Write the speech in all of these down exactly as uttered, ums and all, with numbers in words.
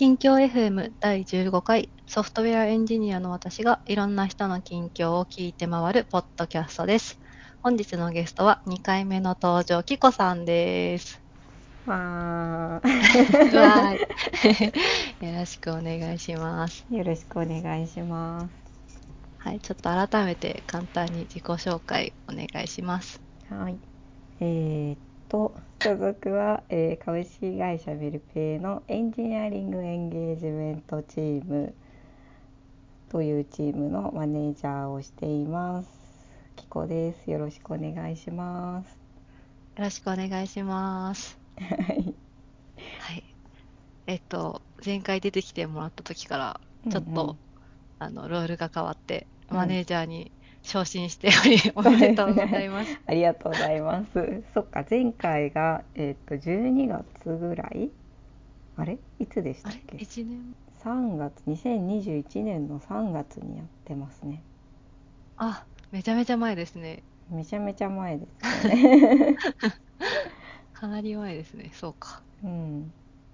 近況 エフエム だいじゅうごかいソフトウェアエンジニアの私がいろんな人の近況を聞いて回るポッドキャストです。本日のゲストはにかいめの登場、キコさんです。 わわーい。 ーよろしくお願いします。 よろしくお願いします。 はい、ちょっと改めて簡単に自己紹介お願いします。 はい。えーっと、所属は、えー株式会社メルペイのエンジニアリングエンゲージメントチームというチームのマネージャーをしています。キコです。よろしくお願いします。 よろしくお願いします。 はい。 はい。えっと、前回出てきてもらった時から、 うんちょっと、あの、ロールが変わって、 うん。うん。 マネージャーに昇進しており、おそうめでとうござですね。 います。 ありがとうございます。そっか、前回が、えーっと、じゅうにがつぐらいあれいつでしあれたっけ？ ?いち 年。 さんがつ、にせんにじゅういちねんのさんがつにやってますね。 あ、めちゃめちゃ前ですね。 めちゃめちゃ前ですね。 かなり前ですね。そうか。 うん。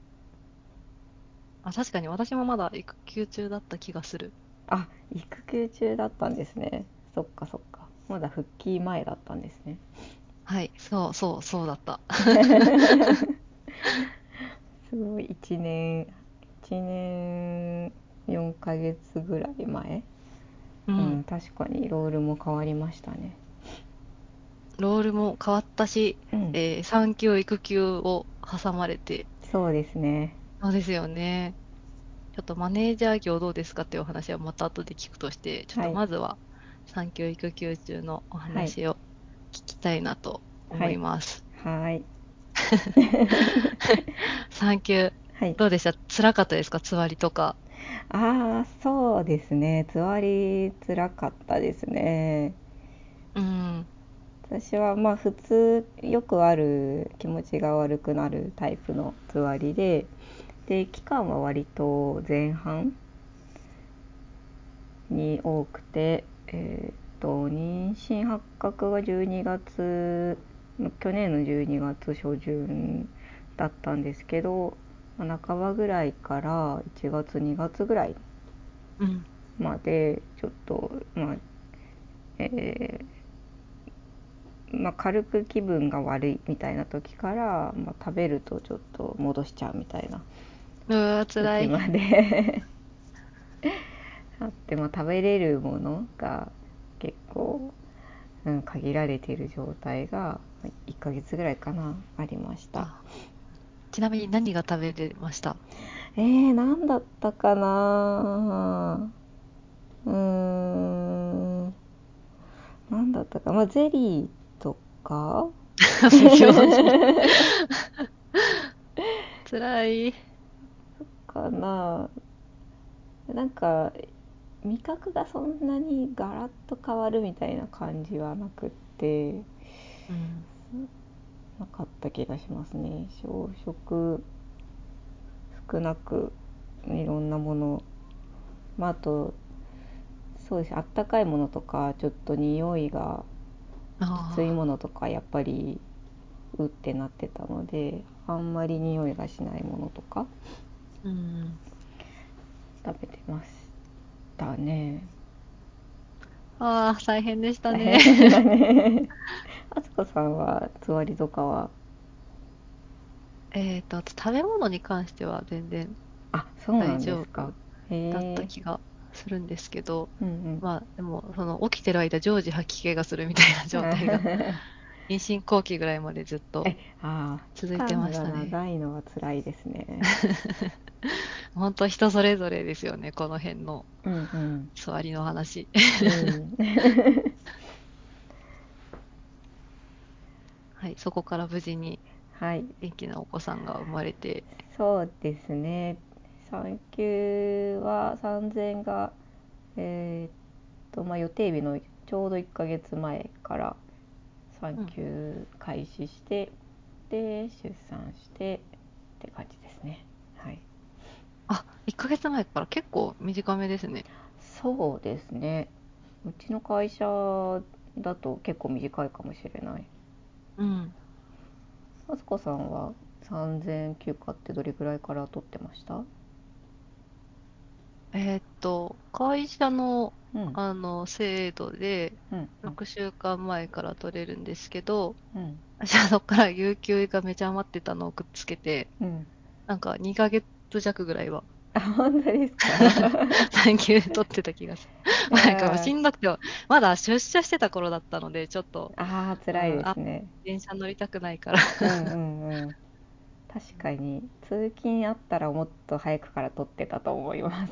あ、確かに私もまだ育休中だった気がする。 あ、育休中だったんですね。そっかそっか。まだ復帰前だったんですね。 はい、そうそう、そうだった。 すごい、いちねん、いちねんよんかげつぐらい前。うん、 うん。 確かにロールも変わりましたね。 ロールも変わったし、 うん、 えー産休、育休を挟まれて、 そうですね。 そうですよね。ちょっとマネージャー業どうですかっていうお話はまた後で聞くとして、ちょっとはい、 まずは産休、育休中のおはい、 話を聞きたいなと思いはい、 ます。 はい。 産休、 はい。 どうでした？辛かったですか？つわりとか。 ああ、そうですね。つわり辛かったですね。 うん。 私はまあ普通よくある気持ちが悪くなるタイプのつわりで、で期間は割と前半に多くて、えーっと妊娠発覚がじゅうにがつ、去年のじゅうにがつ初旬だったんですけど、まあ半ばぐらいからいちがつにがつぐらいうん。 までちょっとまあ、えーまあ、軽く気分が悪いみたいな時から、まあ、食べるとちょっと戻しちゃうみたいなうわー、辛い。 時まであって、まあ、食べれるものが結構、うん、限られている状態がいっかげつぐらいかなありました。 あ、ちなみに何が食べれました？ えー、何だったかな。うーん何だったか、まあ、ゼリーとか無病に。辛い。 かな。なんか味覚がそんなにガラッと変わるみたいな感じはなくって、 うん。 なかった気がしますね。小食少なくいろんなもの、まあ、あとそうです、あったかいものとかちょっと匂いがきついあものとかやっぱりうってなってたので、あんまり匂いがしないものとかあ、うん。 食べてましたね。 ああ、大変でした大ね。 変でしたね。あつこさんはつわりとかは？ えっと、食べ物に関しては全然あ、そうな大んですか。 丈夫だったへえ。 気がするんですけど、 うんまあ、でも、その起きてる間常時吐き気がするみたいなうん。 状態が、妊娠後期ぐらいまでずっとえ、ああ、期続いてま間がしたね。 長いのは辛いですね。 本当人それぞれですよね、この辺のうん座りの話。 うん。うん。 はい、そこから無事にはい。 元気なお子さんが生まれて、 そうですね。産休は産前が、えーっと、まあ、予定日のちょうどいっかげつまえから産うん。 休開始して、で、出産してって感じですね。はい。 あ、いっかげつまえから結構短めですね。 そうですね。うちの会社だと結構短いかもしれない。 うん。 あすこさんは産前休暇ってどれぐらいから取ってました？ えーっと、会社の、 うんあの、制度で、 うんうんろくしゅうかんまえから取れるんですけど、 うん私はそこから有給がめちゃ余ってたのをくっつけて、 うん。 なんかにかげつ弱ぐらいはあ、本当ですか？ 産休取ってた気がする。 いまあなんかもうしやー、 んどくては、まだ出社してた頃だったので、ちょっと、 あー、 うん、 辛いであ、 すね。 電車乗りたくないから。 うんうんうん。確かに通勤あったらもっと早くから撮ってたと思います。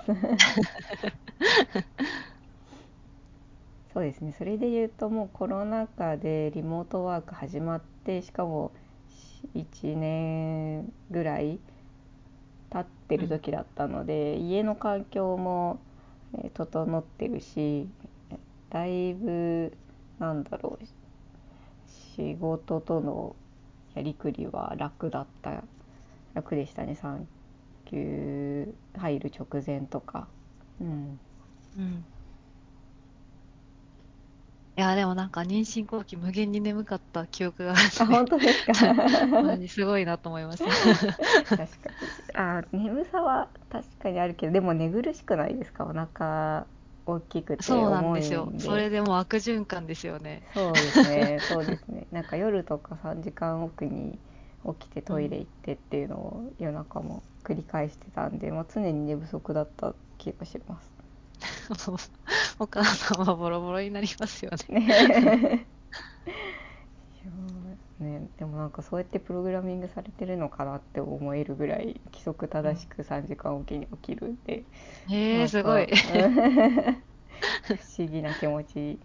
そうですね。それで言うともうコロナ禍でリモートワーク始まって、しかもいちねんぐらい経ってうん。 る時だったので、家の環境もえー整ってるし、だいぶなんだろう、仕事とのやりくりは楽だった楽でしたね。産休入る直前とか。うん。 うん。いや、でもなんか妊娠後期無限に眠かった記憶がああ、 るので、 本当ですか？確マジすごいなと思います。 かに。あ、眠さは確かにあるけど、でも寝苦しくないですか？お腹大きくてそうなん重いですよ。 んで。 それでもう悪循環ですよね。 そうですね、そうですね。なんか夜とかさんじかんおくに起きてトイレうん。 行ってっていうのを夜中も繰り返してたんで、まあ、常に寝不足だった気がします。 お母さんはボロボロになりますよね。 ね。ね、でもなんかそうやってプログラミングされてるのかなって思えるぐらい規則うん。 正しくさんじかんおきに起きるんで、 えー、すごい。 なんか、うん、不思議な気持ち。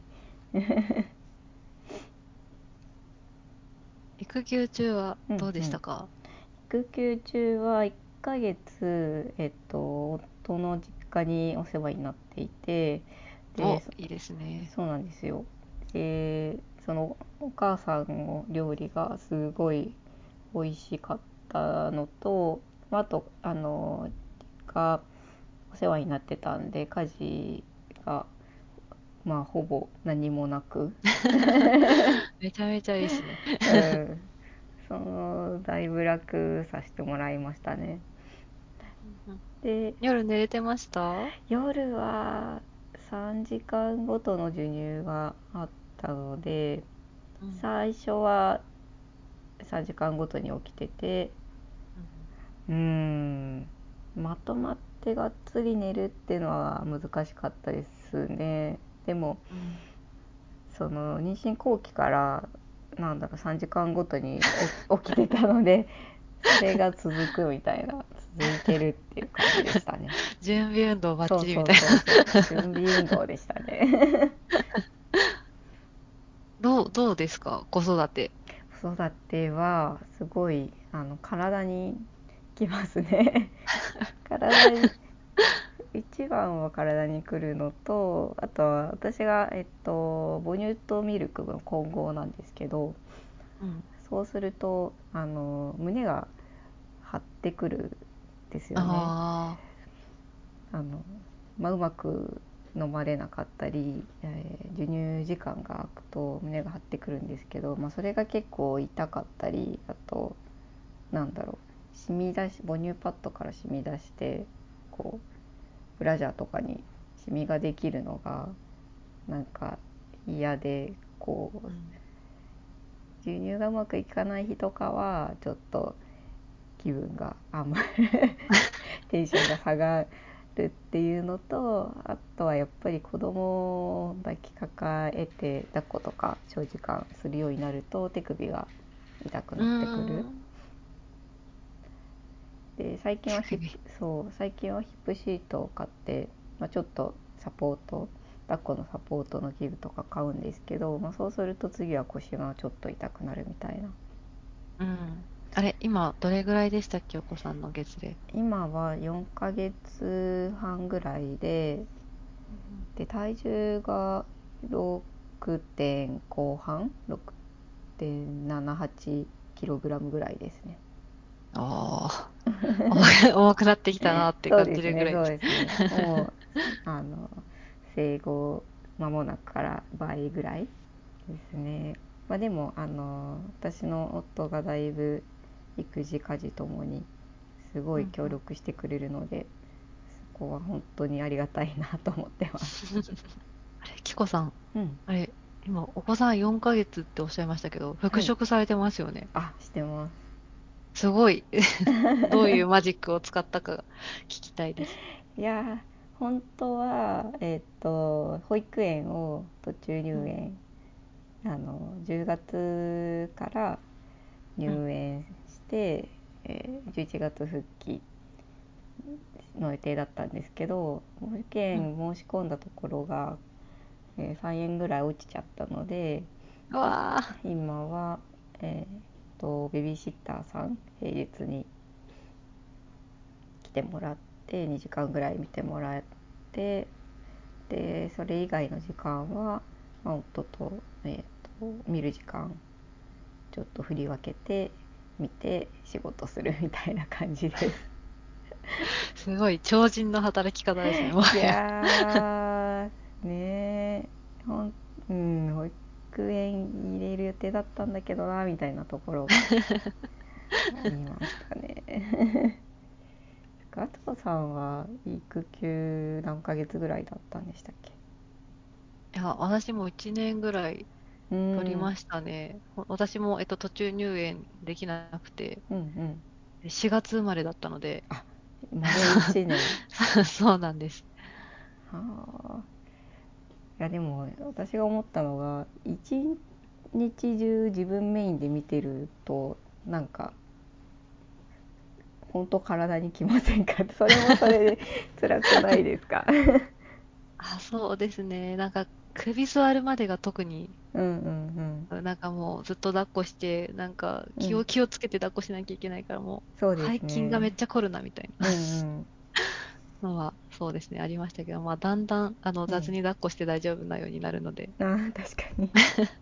育休中はどうでうんうん。 したか？ 育休中はいっかげつ、えっと、夫の実家にお世話になっていて、で、 お、 そいいですね。 そうなんですよ。で、そのお母さんの料理がすごい美味しかったのと、まああと、あの、がお世話になってたんで、家事が、まあ、ほぼ何もなく、 めちゃめちゃいいですね。 うん、その、だいぶ楽させてもらいましたね。 うん。 で、 夜寝れてました？ 夜はさんじかんごとの授乳があったので、 うん。 最初はさんじかんごとに起きてて、 うん。 うーん、まとまってがっつり寝るっていうのは難しかったですね。でも、 うん。 その妊娠後期からなんだろう、さんじかんごとに起きてたので、それが続くみたいな、続いてるっていう感じでしたね。 準備運動バッそうそうチリみたいそうそう、 な。 準備運動でしたね。 どう、どうですか子育て？ 子育てはすごいあの体にきますね。体に、一番は体にくるのと、あとは私が、えっと、母乳とミルクの混合なんですけど、 うん。 そうするとあの胸が張ってくるんですよね。 ああの、まあ、うまく飲まれなかったり、えー授乳時間が空くと胸が張ってくるんですけど、まあ、それが結構痛かったり、あとなんだろう、染み出し母乳パッドから染み出して、こうブラジャーとかに染みができるのがなんか嫌で、こうあ。うん。 授乳がうまくいかない日とかはちょっと気分があんまりテンションが下がるっていうのと、あとはやっぱり子供を抱きかかえて抱っことか長時間するようになると手首が痛くうーなってくる。 ん。 で、最近はヒップ手首。 そう最近はヒップシートを買って、まあ、ちょっとサポート抱っこのサポートの器具とか買うんですけど、まあ、そうすると次は腰がちょっと痛くなるみたいな。 うん。あれ、今、どれぐらいでしたっけお子さんの月齢？ 今はよんかげつはんぐらいで、 うん。 で体重がろくてん後半、ろくてんななはちキログラムぐらいですね。 ああ、重く重くなってきたなって感そうですね、 じるぐらいです。 そうですね。もうあの生後間もなくから倍ぐらいですね。まあでもあの私の夫がだいぶ育児家事ともにすごい協うんうん。 力してくれるので、 こは本当にありがたいなと思ってます。 あれ、キコさん、 うん。 あれ、今、お子さんよんかげつっておっしゃいましたけど、復はい。 職されてますよね。 あ、してます。 すごい。どういうマジックを使ったか聞きたいです。 いやー、本当は、えっと、保育園を途中うん、 入園、あの、じゅうがつからうん、 入園して、えーじゅういちがつ復帰の予定だったんですけど、保育うん。 園申し込んだところが、えーさんえんぐらい落ちちゃったので、 うわあ、 今は、えーと、ベビーシッターさん、平日に来てもらってにじかんぐらい見てもらって、でそれ以外の時間は、まあ、夫と、えーと見る時間ちょっと振り分けて見て仕事するみたいな感じです。 すごい超人の働き方ですね、もいはや。 やーねーほん、うん、保育園入れる予定だったんだけどなみたいなところがありましたね。加藤さんは育休何ヶ月ぐらいだったんでしたっけ？ いや、私もいちねんぐらいうん、 取りましたね。ほ私も、えっと、途中入園できなくて、 うんうんでしがつ生まれだったので、 あ、丸一年。 そうなんです。 はあ。いやでも私が思ったのが一日中自分メインで見てるとなんか本当体にきませんか？それもそれで辛くないですか？ あ、そうですね。なんか、首座るまでが特に、 うんうんなんかもうずっと抱っこして、なんかうんうん。 気を気をつけて抱っこしなきゃいけないから、もそうでう背筋がめっすね。 ちゃ凝るなみたいなうんうんのは、そうですね、ありましたけど、まあ、だんだん、あの、 うん。 雑に抱っこして大丈夫なようになるので、 あー確かに。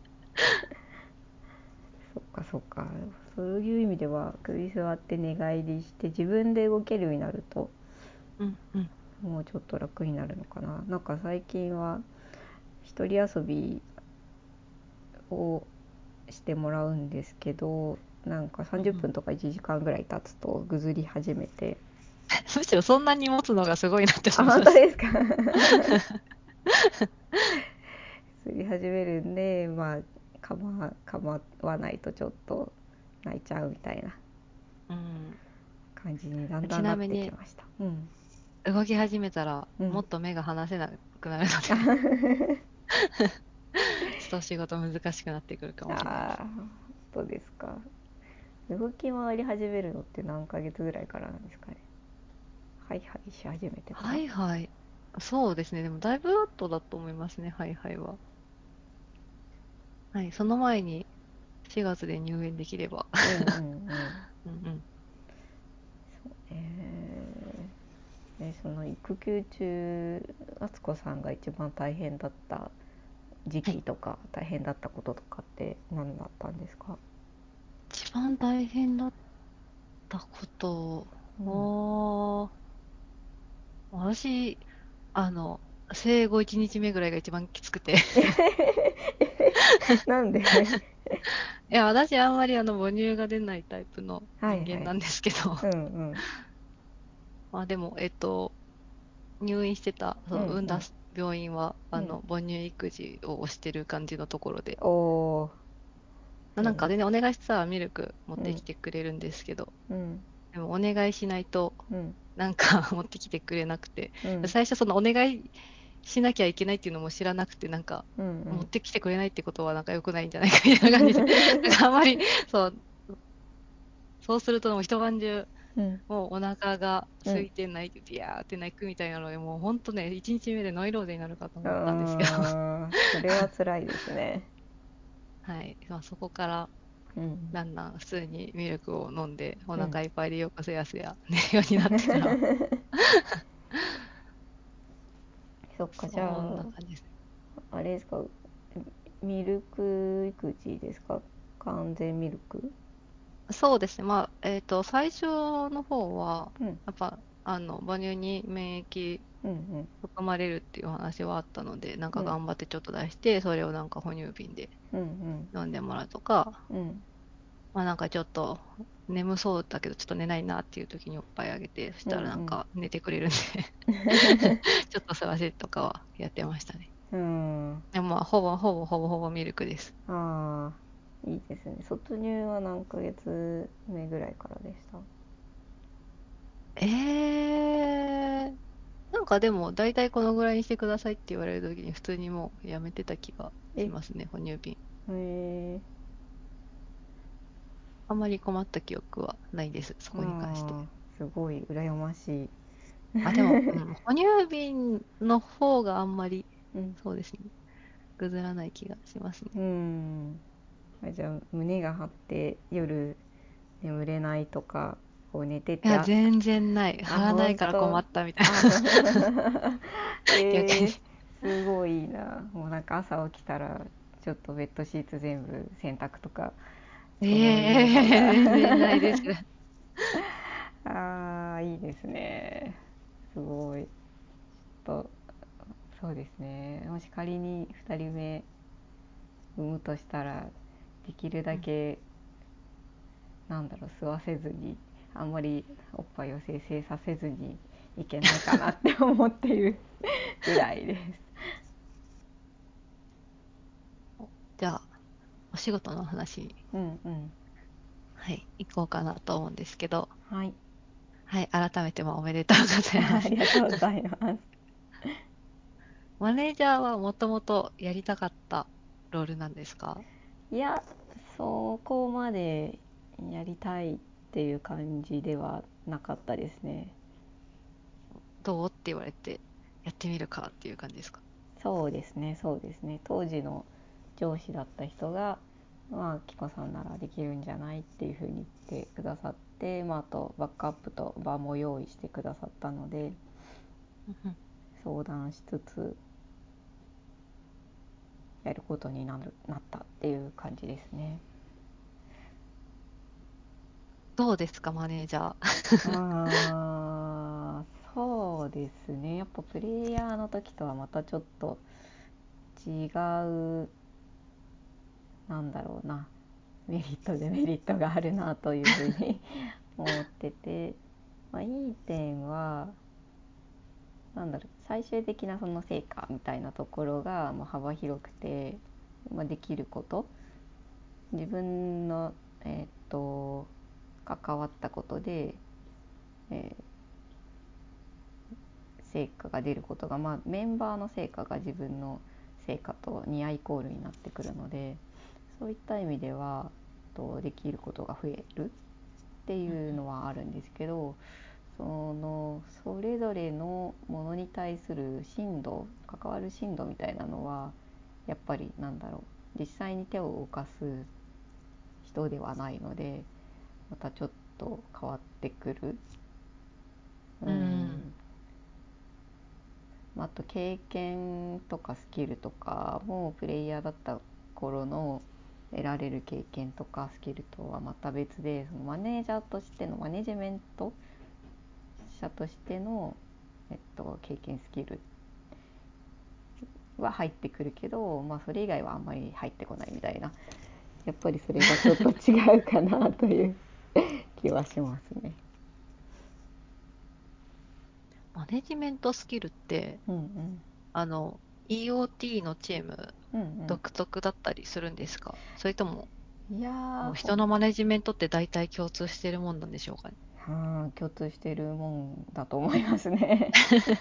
そっかそっか。そういう意味では首座って寝返りして自分で動けるようになるとうんうん。 もうちょっと楽になるのかな。なんか最近は一人遊びをしてもらうんですけど、なんか30 うんうん。 分とかいちじかんぐらい経つとぐずり始めて。 むしろそんなに持つのがすごいなってあ、 思います。 本当ですか？ぐずり始めるんで、まあかまかまわないとちょっと泣いちゃうみたいなうん。 感じにだんだんなってきちなみに、 ました。うん動き始めたら、 うん。 もっと目が離せなくなるので、ちょっとお仕事難しくなってくるかもしれないです。 ああ、そうですか。動き回り始めるのって何ヶ月ぐらいからなんですかね？はいはいし始めてかはら。 いはい。そうですね。でもだいぶ後だと思いますね。はいはいは。はい。その前にしがつで入園できれば。 うんうんうん。 うんうん。 えー、えその育休中、敦子さんが一番大変だった時はい。 期とか大変だったこととかって何だったんですか？ 一番大変だったこと、 うん。 おー、私、あの、生後いちにちめぐらいが一番きつくてなんで？ いや、私あんまりあの母乳が出ないタイプのはいはい。 人間なんですけど、 うんうんまあでも、えっと、入院してた、そうんの産んだうん病院は、あうんの、母乳育児をしてる感じのところで、 おーなんかへ全然お願いしたらミルク持っーうんてきてくれるんですけど、 うんでもお願いしないと、 うんなんか持ってきてくれなくて、 うん最初そのお願いしなきゃいけないっていうのも知らなくて、なんか、 うんうん持ってきてくれないってことはなんか良くないんじゃないかみたいな感じで、なんかあんまり、そう、そうするともう一晩中、 うんもうお腹がうん空いてないって、ビヤーって泣くみたいなので、もう本当ね、一日目でノイローゼになるかと思ったんですけど、 あーそれは辛いですね。 はい。まあ、そこから、 うんだんだん普通にミルクを飲んで、おうん腹いっぱいでよくすやすや寝るようになってから、 そっか、じゃそんなあ感じですね。 あれですか、ミルク育児ですか？完全ミルク？ そうですね。まあ、えっと、最初の方は、 うんやっぱ、あの、母乳に免疫うん含まれるっていう話はあったので、なんかうん頑張ってちょっと出して、それをなんか哺乳瓶でうんうん飲んでもらうとか、 うんまあなんかちょっと眠そうだけどちょっと寝ないなっていう時におっぱいあげて、そしうんたらなんか寝てくれるんでうんちょっと世話しとかはやってましたね。 うん。 でもまあほぼほぼほぼほぼミルクです。 ああ、いいですね。卒乳は何ヶ月目ぐらいからでした？ えー、なんかでも大体このぐらいにしてくださいって言われる時に普通にもうやめてた気がしえ、 ますね、哺乳瓶。 へえ。 あんまり困った記憶はないです、そこに関して。 ああ、すごい羨ましい。 あ、でも、うん、哺乳瓶の方があんまり、 うんそうですね、ぐずらない気がしますね。 うん。あ、じゃあ胸が張って夜眠れないとか、こう寝ていや、 て、あ全然ない。 あ、 貼らないから困本当。 ったみたいあ、 な。逆に。 えー、すごいいいな。もうなんか朝起きたらちょっとベッドシーツ全部洗濯とか、 えそういうえー、 のが全然ないです。 ああ、いいですね。すごい。ちょっと、そうですね。もし仮にふたりめ産むとしたら、できるうん、 だけ、なんだろう、吸わせずに、あんまりおっぱいを生成させずにいけないかなって思っているぐらいです。 じゃあ、お仕事の話に、 うんうん。 はい、行こうかなと思うんですけど、 はい。 はい、改めてもおめでとうございまあす。 りがとうございます。 マネージャーはもともとやりたかったロールなんですか？ いや、そこまでやりたいっていう感じではなかったですね。 どうって言われて、やってみるかっていう感じですか？ そうですね、そうですね。当時の上司だった人が、まあ、キコさんならできるんじゃないっていうふうに言ってくださって、まあ、あとバックアップと場も用意してくださったので、 うんうん。 相談しつつやることになる、なったっていう感じですね。 どうですか、マネージャー。 あー、そうですね。やっぱプレイヤーの時とはまたちょっと違う、なんだろうな、メリットデメリットがあるなというふうに思ってて、まあ、いい点はなんだろう、最終的なその成果みたいなところがまあ幅広くて、まあ、できること、自分の、えーっと関わったことで、えー成果が出ることが、まあ、メンバーの成果が自分の成果とにイコールになってくるので、そういった意味ではとできることが増えるっていうのはあるんですけど、そのそれぞれのものに対する深度、関わる深度みたいなのはやっぱりなんだろう、実際に手を動かす人ではないので、またちょっと変わってくる。ううん。 ん。あと経験とかスキルとかもプレイヤーだった頃の得られる経験とかスキルとはまた別で、そのマネージャーとしてのマネジメント者としての、えっと、経験スキルは入ってくるけど、まあ、それ以外はあんまり入ってこないみたいな、やっぱりそれがちょっと違うかなという気はしますね。 マネジメントスキルって、 うんうん。 あの、イーオーティー のチームうん独特だったりするんですか？それとも、 うん。いやー、 もうほん人のマネジメントって大体共通しているもんなんでしょうかね。 は共通してるもんだと思いますね。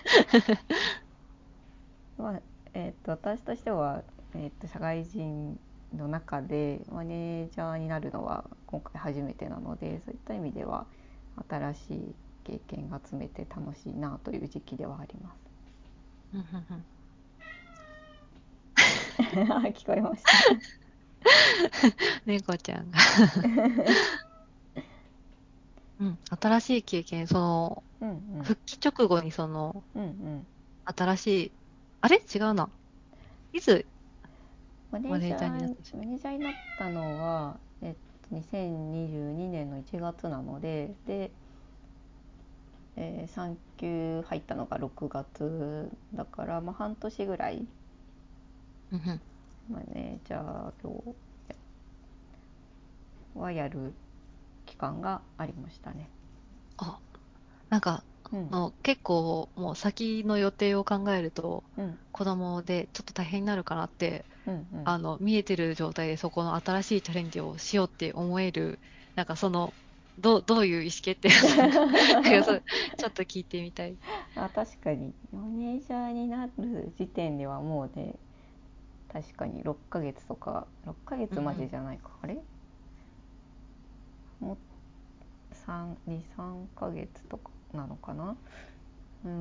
まあ、えっと私としては、えっと社会人の中でマネージャーになるのは今回初めてなので、そういった意味では新しい経験が集めて楽しいなという時期ではあります。 うんうんうん。 聞こえました。 猫ちゃんがうん、新しい経験、その、 うんうん。 復帰直後にその、 うんうん。 新しい、あれ違うな。いつマネージャマネージャーになっー、 たんでしたっけ？ マネージャーになったのは、えっと、にせんにじゅうにねんのいちがつなので、で、えー、産休入ったのがろくがつだから、まあ、半年ぐらいうんうん。 マネージャー業はやる期間がありましたね。 あ、なんか、 うんの結構もう先の予定を考えると、 うん子供でちょっと大変になるかなって、 うんうん。 あの、見えてる状態でそこの新しいチャレンジをしようって思える、なんかその、どう、どういう意思決定なんか、なんかそうちょっと聞いてみたい。 あ、確かにマネージャーになる時点ではもうね、確かにろっかげつとか、ろっかげつまでうんうん。 じゃないか、あれもうさん、に、さんかげつとかなのかな。うん、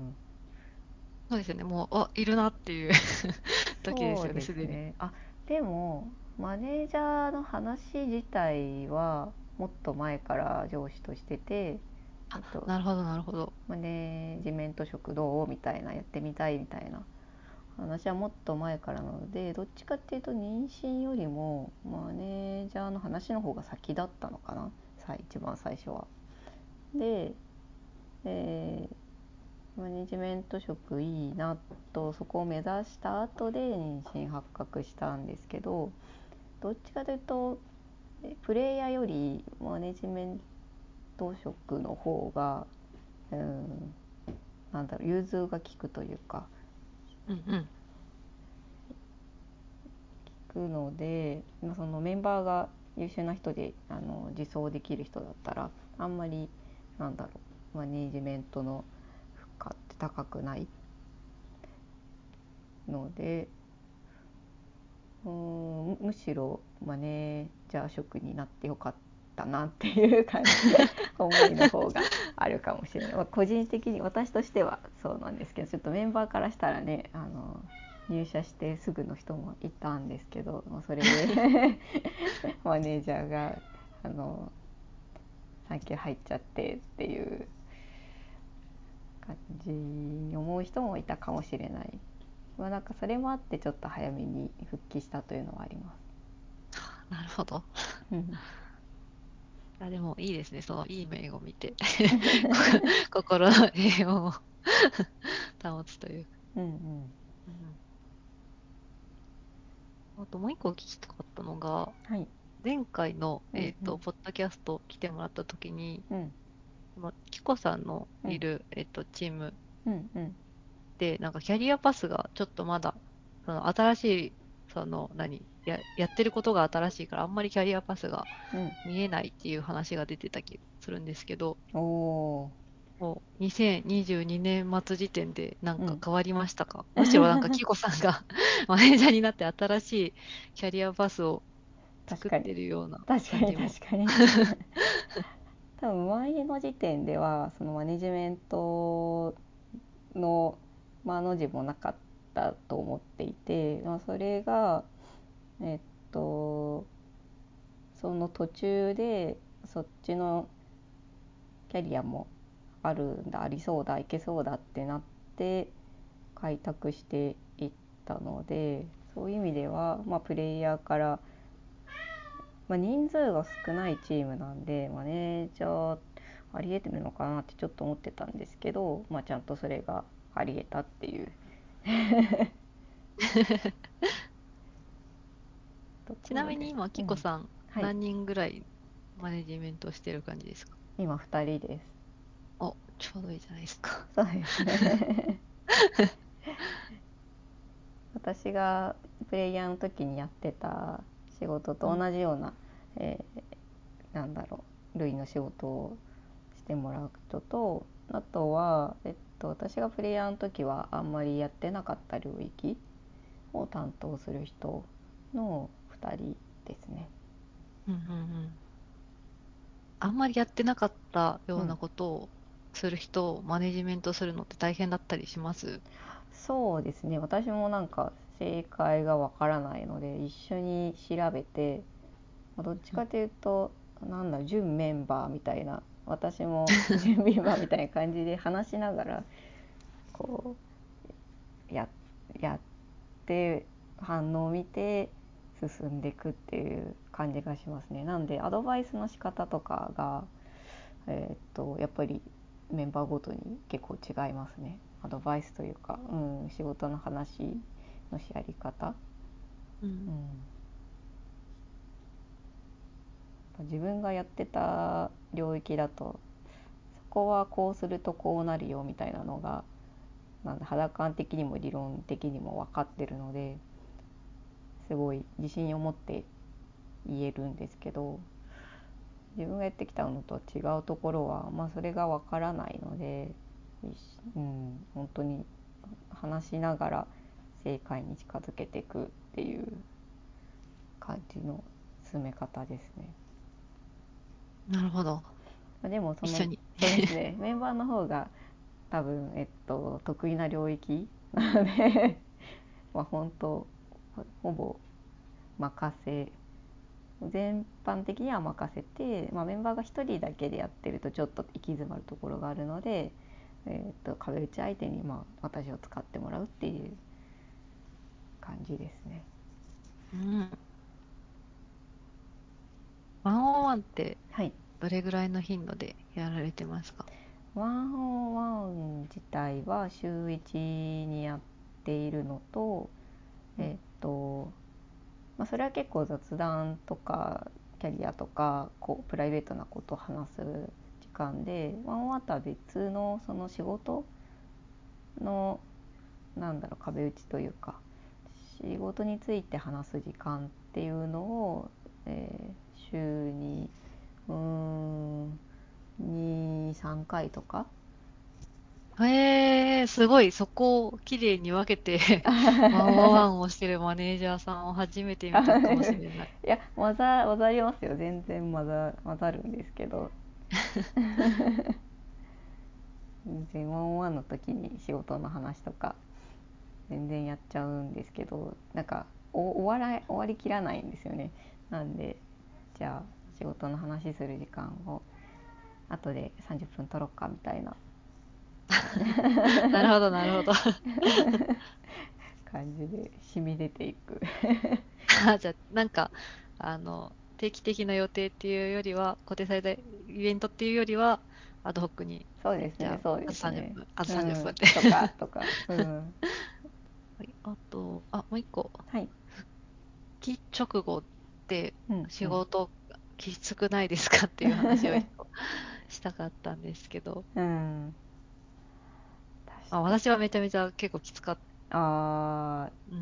そうですよね。もう、あ、いるなっていう時ですよね、 そうですでに。 すね。あ、でもマネージャーの話自体はもっと前から上司としてて、えっと、 なるほど、なるほど。 マネージメント職どうみたいな、やってみたいみたいな話はもっと前からなので、どっちかっていうと妊娠よりもマネージャーの話の方が先だったのかな、さ一番最初は。で、えーマネジメント職いいなとそこを目指した後で妊娠発覚したんですけど、どっちかというとプレイヤーよりマネジメント職の方が、うん、なんだろう、融通が利くというか、 うんうん。 くので、そのメンバーが優秀な人で、あの自走できる人だったらあんまり、なんだろう、マネージメントの負荷って高くないので、うーんむしろマネージャー職になってよかったなっていう感じ思いの方があるかもしれない、まあ、個人的に私としてはそうなんですけど、ちょっとメンバーからしたらね、あの入社してすぐの人もいたんですけど、それでマネージャーがあの産休入っちゃってっていう感じに思う人もいたかもしれない。まあ、なんかそれもあってちょっと早めに復帰したというのはあります。 なるほど。 うんあ、でもいいですね。そのいい面を見てこ心の平穏を保つというか。 うんうんうん、あともう一個聞きたかったのが、 はい。 前回の、 うんえっと、ポッドキャスト来てもらった時に、 うんこのキコさんのうんいる、えっと、チームうんうんで、なんかキャリアパスがちょっとまだ、その新しい、その何、や、やってることが新しいから、あんまりキャリアパスがうん見えないっていう話が出てた気がするんですけど、 おおもうにせんにじゅうにねん末時点でなんーうんか変わりましたか？むしろなんかキコさんがマネージャーになって新しいキャリアパスを作っ確かにてるような確かに感じも。 確かに多分前の時点ではそのマネジメントの間の字もなかったと思っていて、まあ、それがえっとその途中でそっちのキャリアもあるんだ、ありそうだ、いけそうだってなって開拓していったので、そういう意味では、まあ、プレイヤーから、まあ、人数が少ないチームなんでマネージャーありえてるのかなってちょっと思ってたんですけど、まあ、ちゃんとそれがありえたっていうとちころで、 なみに今、 うん、 キコさんはい、 何人ぐらいマネジメントしてる感じですか？ 今ふたりです。 お、ちょうどいいじゃないですか。 そうですね私がプレイヤーの時にやってた仕事とうん。 同じような、えーなんだろう、類の仕事をしてもらう人と、あとは、えっと、私がプレイヤーの時はあんまりやってなかった領域を担当する人のふたりですね。 うんうんうん。あんまりやってなかったようなうん、 ことをする人をマネジメントするのって大変だったりします？ そうですね。私もなんか正解がわからないので一緒に調べて、どっちうんかというとなんだろう、準メンバーみたいな、私も準メンバーみたいな感じで話しながらこうややって反応を見て進んでいくっていう感じがしますね。なんでアドバイスの仕方とかが、えーっとやっぱりメンバーごとに結構違いますね。アドバイスというか、うん、仕事の話のやり方、 うん。 うん、 自分がやってた領域だとそこはこうするとこうなるよみたいなのがなんだ肌感的にも理論的にも分かってるのですごい自信を持って言えるんですけど、自分がやってきたのと違うところは、まあ、それが分からないので、うん、本当に話しながら正解に近づけていくっていう感じの進め方ですね。 なるほど。 でもその一緒に。 そうですね、メンバーの方が多分、えっと、得意な領域なのでまあ本当ほぼ任せ全般的には任せて、まあ、メンバーがひとりだけでやってるとちょっと行き詰まるところがあるので、えー、と壁打ち相手にまあ私を使ってもらうっていう感じですね。 うん。ワンオンワンってはい、 どれぐらいの頻度でやられてますか？ ワンオンワン自体は週いちにやっているのと、 うん。 えっ、と、まあ、それは結構雑談とかキャリアとかこうプライベートなことを話す時間で、ワンオンワンとは別のその仕事のなんだろう壁打ちというか仕事について話す時間っていうのを、えー週にうーんに、さんかいとかへえ、すごい、そこをきれいに分けてワンオンワンをしてるマネージャーさんを初めて見たかもしれない。 いや混ざ混ざりますよ、全然混ざ混ざるんですけど全然ワンオンワンの時に仕事の話とか全然やっちゃうんですけど、なんかお終わら終わりきらないんですよね。なんでじゃあ仕事の話する時間を後でさんじゅっぷん取ろっかみたいななるほど、なるほど。 感じで染み出ていくあ、じゃあ、なんか、あの、定期的な予定っていうよりは、固定されたイベントっていうよりは、アドホックに、 そうですじゃあ、 ねそうあと30 ですね、 分、あと30分うん、 って。 とかとか、うんはい、あと、あ、もう一個。 はい、 復帰直後ってうんうん仕事きつくないですかっていう話を一個したかったんですけど、 うんあ、 確かに。 私はめちゃめちゃ結構きつかった。 あうん。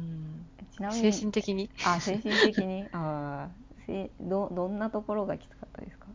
ーちなみ精に神的に。 あ精神的にあーせどどんなところがきつかったですか？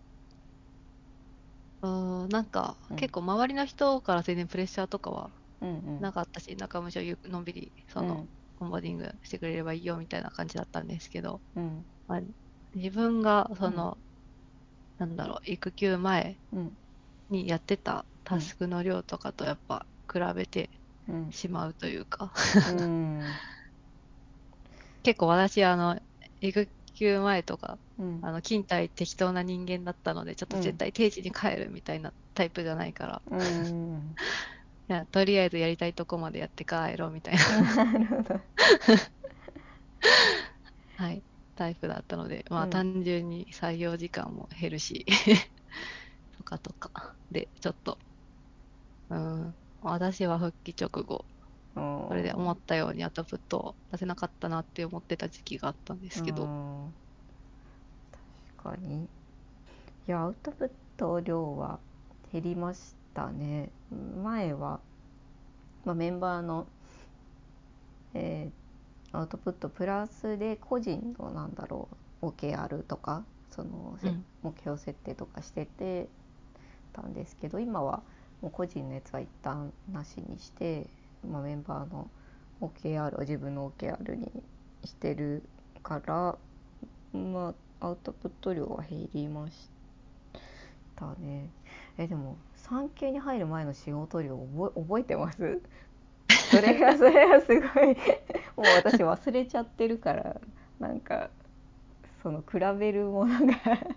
うん、なんかうん結構周りの人から全然プレッシャーとかはうんなかったし、なんかむしろゆのんびりそのうんオンボーディングしてくれればいいよみたいな感じだったんですけど、 うんまあ、自分がうんその、なんだろう、育休前うんにやってたうんタスクの量とかとやっぱ比べてうんしまうというか、 うん結構私、あの、育休前とか、 うんあの、勤怠適当な人間だったので、ちょっと絶うん対定時に帰るみたいなタイプじゃないから、 うん、 いや、とりあえずやりたいとこまでやって帰ろうみたいな、 なるほど。 はい、タイプだったので、まあうん単純に採用時間も減るし、とかとか。で、ちょっと、うん、私は復帰直後、 うそれで思っんたようにアウトプットを出せなかったなって思ってた時期があったんでうすけど、 ん、確かに。いやアウトプット量は減りましたね。前は、まあ、メンバーの、えーアウトプットプラスで個人のなんだろう オーケーアール とかそのせうん、 目標設定とかしててたんですけど、今はもう個人のやつは一旦なしにして、まあ、メンバーの オーケーアール を自分の オーケーアール にしてるから、まあ、アウトプット量は減りましたね。えでも産休に入る前の仕事量覚え覚えてます？それがそれがすごいもう私忘れちゃってるから、なんかその比べるものが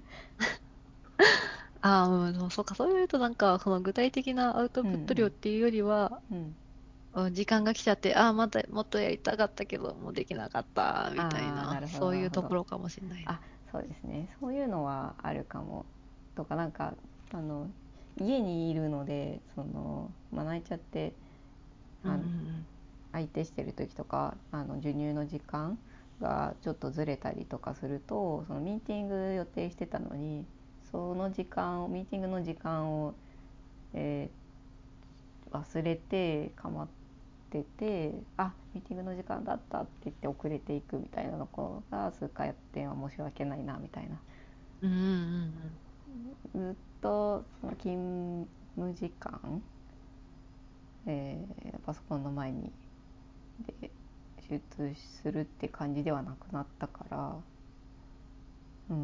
ああ、うん、でもそうか、そう言うとなんか、その具体的なアウトプット量っうんていうよりは、 うんうんうん時間が来ちゃって、ああ、またもっとやりたかったけど、もうできなかった、みたいな、 ああなるほどそういうなるほど。 ところかもしれないな。 あ、そうですね。そういうのはあるかも。とかなんかあの家にいるのでその、まあ、泣いちゃってうんうあん相手してる時とかあの授乳の時間がちょっとずれたりとかすると、そのミーティング予定してたのにその時間をミーティングの時間を、えー忘れてかまってて、あミーティングの時間だったって言って遅れていくみたいなのが数回やって、申し訳ないなみたいな。 うんうんずっとその勤務時間、えーパソコンの前にで集中するって感じではなくなったから、うん、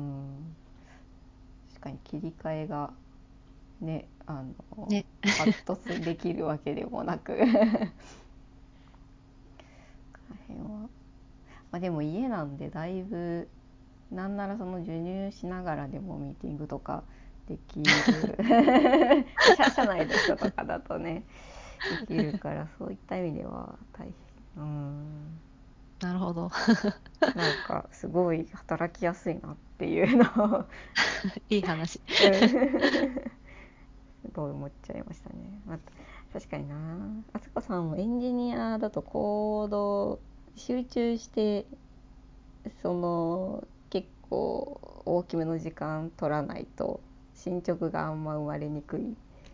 確かに切り替えがね、あのうん。ね。 パッとできるわけでもなくこの辺は、まあ、でも家なんでだいぶ、なんならその授乳しながらでもミーティングとかできる社社内の人とかだとねできるから、そういった意味では大変。うん、 なるほど。 なんかすごい働きやすいなっていうのをいい話。 すごい思っちゃいましたね。まあ、確かにな。あつこさんもエンジニアだとコード集中して、その結構大きめの時間取らないと進捗があんま生まれにくい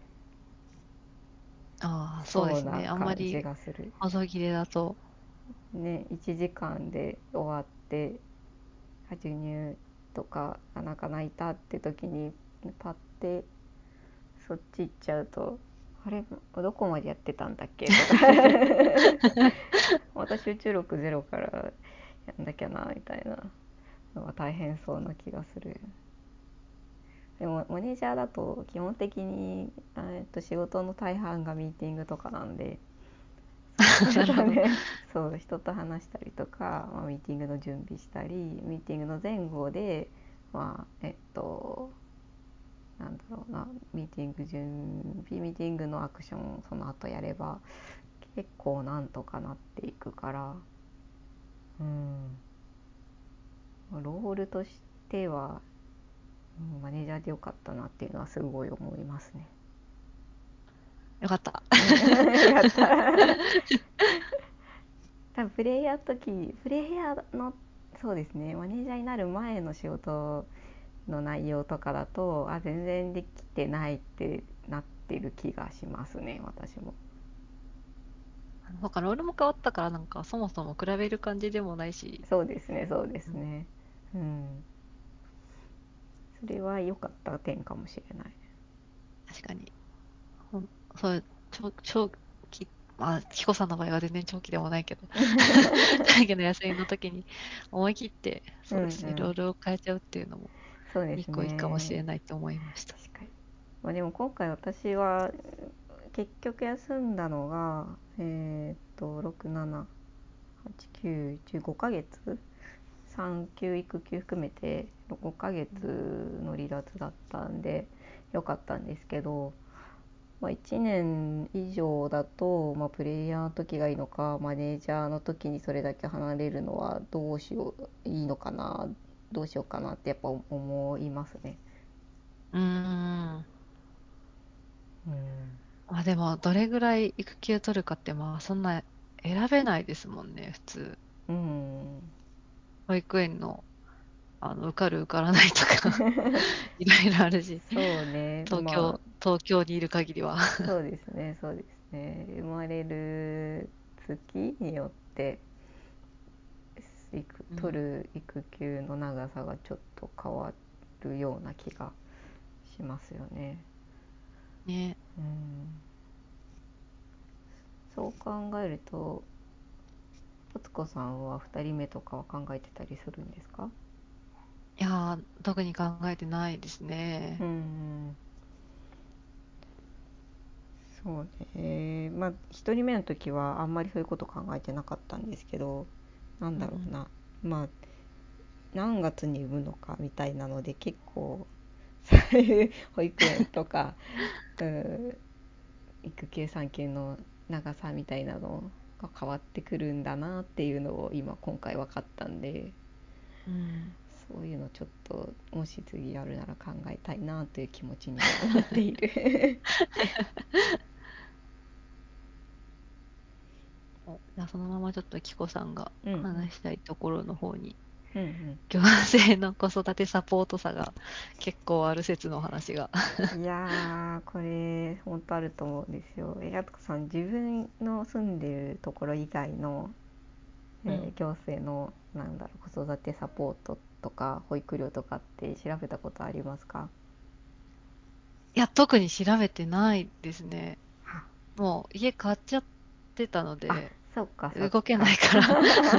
ああ、そうでそうすね。あんまな感じりがする細切れだと。 ね。いちじかんで終わって授乳とかなんか泣いたって時にパッてそっち行っちゃうと、あれどこまでやってたんだっけとかまた集中力ゼロからやんなきゃなみたいなのが大変そうな気がする。でもマネージャーだと基本的に、えっと、仕事の大半がミーティングとかなんで、そうするなるほど。 とね、そう人と話したりとか、まあ、ミーティングの準備したり、ミーティングの前後で、まあえっとなんだろうな、ミーティング準備ミーティングのアクションをその後やれば結構なんとかなっていくから、うん、ロールとしては、うん、マネージャーでよかったなっていうのはすごい思いますね。 よかった。 よかった多分プレイヤー時プレイヤーの、そうですね、マネージャーになる前の仕事の内容とかだと、あ全然できてないってなってる気がしますね、私も。 なんかロールも変わったから、なんかそもそも比べる感じでもないし、 そうですね、そうですうん、 ね。うん。それは良かった点かもしれない。 確かに。ほんそう、長、長期、まあ、ヒコさんの場合は全然長期でもないけど、短期の休みの時に思い切って、 うんうそうですね、ローん。 ルを変えちゃうっていうのもそうです一個いいかもしね。 れないと思いました。 確かに。まあ、でも今回私は結局休んだのが、えーっと、ろく、なな、はち、きゅう、じゅうごかげつ、産休育休含めてごかげつの離脱だったんで良かったんですけど、まあ、いちねん以上だと、まあ、プレイヤーの時がいいのか、マネージャーの時にそれだけ離れるのはどうしよういいのかな、どうしようかなってやっぱ思いますね。 うーん。 うん、 まあでも、どれぐらい育休取るかって、まあそんな選べないですもんね、普通。 うん、 保育園の、あの、受かる受からないとかいろいろあるし、 そうね、 東京、 まあ東京にいる限りは。 そうですね、そうですね。生まれる月によって育うん。 取る育休の長さがちょっと変わるような気がしますよね。 ね。 うん、そう考えると、敦子さんはふたりめとかは考えてたりするんですか？ いやー、特に考えてないですね。 うん、そうね。まあひとりめの時はあんまりそういうこと考えてなかったんですけど、なんうんうん。 だろうな、まあ何月に産むのかみたいなので結構そういう保育園とか、うん、育休産休の長さみたいなのが変わってくるんだなっていうのを今今回分かったんで、 うん。 そういうのちょっともし次やるなら考えたいなという気持ちにはなっているおじゃあそのままちょっとキコさんがうんうん話したいところの方に、 うん行政の子育てサポート差が結構ある説のお話が。 うん。いやー、これ本当あると思うんですよ。えやとこさん、自分の住んでるところ以外の、 うん。 えー行政のなんだろう子育てサポートとか保育料とかって調べたことありますか？ いや、特に調べてないですね。 あ、 もう家買っちゃってたのあ、 で、 そっかそっ動けないか。 から。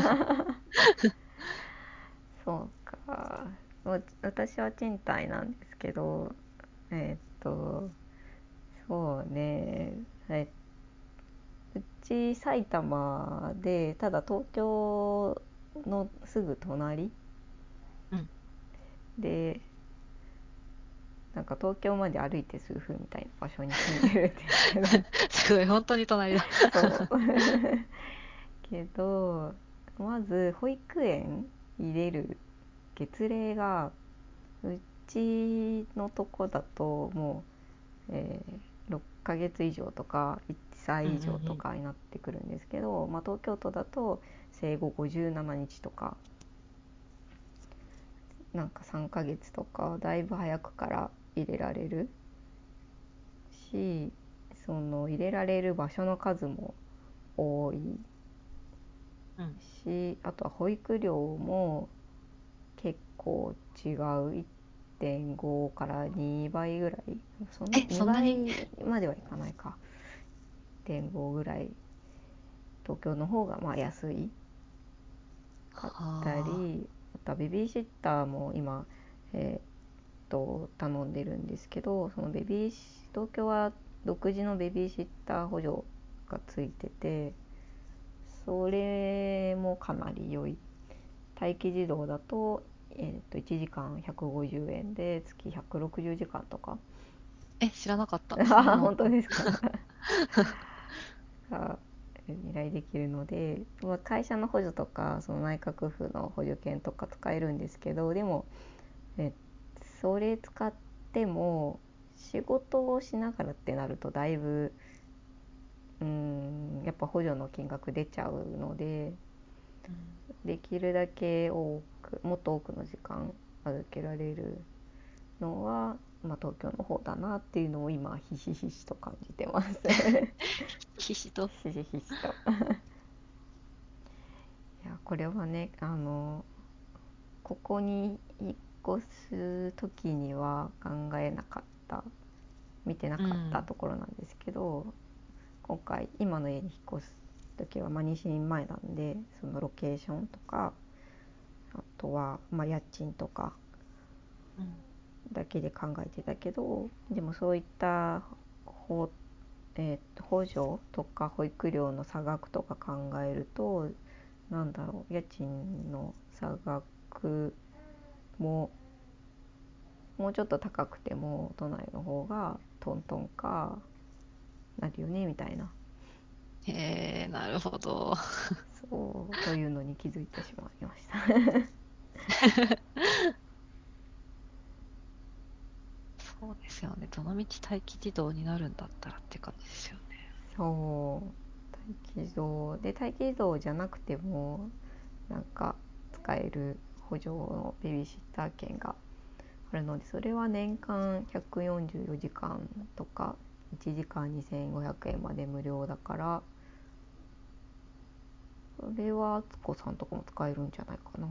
そうか。わ私は賃貸なんですけど、えーっと、そうね、えうち埼玉で、ただ東京のすぐ隣うん。 で、なんか東京まで歩いて数分みたいな場所に住んでるんですけど、 すごい、本当に隣だ。 そう。けど、まず保育園入れる月齢が、うちのとこだともう、えー、ろっかげつ以上とかいっさうんうい以上とんかになってくるんですけど、まあ、東京都だと生後ごじゅうななにちとか、なんかさんかげつとかだいぶ早くから入れられるし、その入れられる場所の数も多いうん。うん。 し、あとは保育料も結構違う。いってんごからにばいぐらい、そんえ、そんな 2 に？ 倍まではいかないか、いってんごぐらい東京の方がまあ安いかったはあ。 り、あとはベビーシッターも今、えーっと頼んでるんですけど、そのベビーシ東京は独自のベビーシッター補助がついてて、それもかなり良い。待機児童だと、えー、といちじかんひゃくごじゅうえんで月ひゃくろくじゅうじかんとか。 え、知らなかった。そんなあ、本当のあったの？ ですか？が依頼できるので、会社の補助とかその内閣府の補助券とか使えるんですけど、でもえそれ使っても仕事をしながらってなるとだいぶ、うーんやっぱ補助の金額出ちゃうので、 うん。 できるだけ多くもっと多くの時間預けられるのは、まあ、東京の方だなっていうのを今ひしひしと感じてます。 ひしと。 ひしひしと。いや、これはね、あのここに引っ越す時には考えなかった、見てなかったうん。 ところなんですけど、今回今の家に引っ越す時は、まあ、妊娠前なんで、そのロケーションとか、あとはまあ家賃とかうん。 だけで考えてたけど、でもそういった法、えー、補助とか保育料の差額とか考えると、なんだろう、家賃の差額ももうちょっと高くても都内の方がトントンかなるよねみたいな、 へえ、なるほど。 そうというのに気づいてしまいました。 そうですよね。どのみち待機児童になるんだったらって感じですよね。 そう待機児童で、待機児童じゃなくてもなんか使える補助のベビーシッター券があるので、それは年間ひゃくよんじゅうよじかんとかいちじかんにせんごひゃくえんまで無料だから、それは敦子さんとかも使えるんじゃないかな。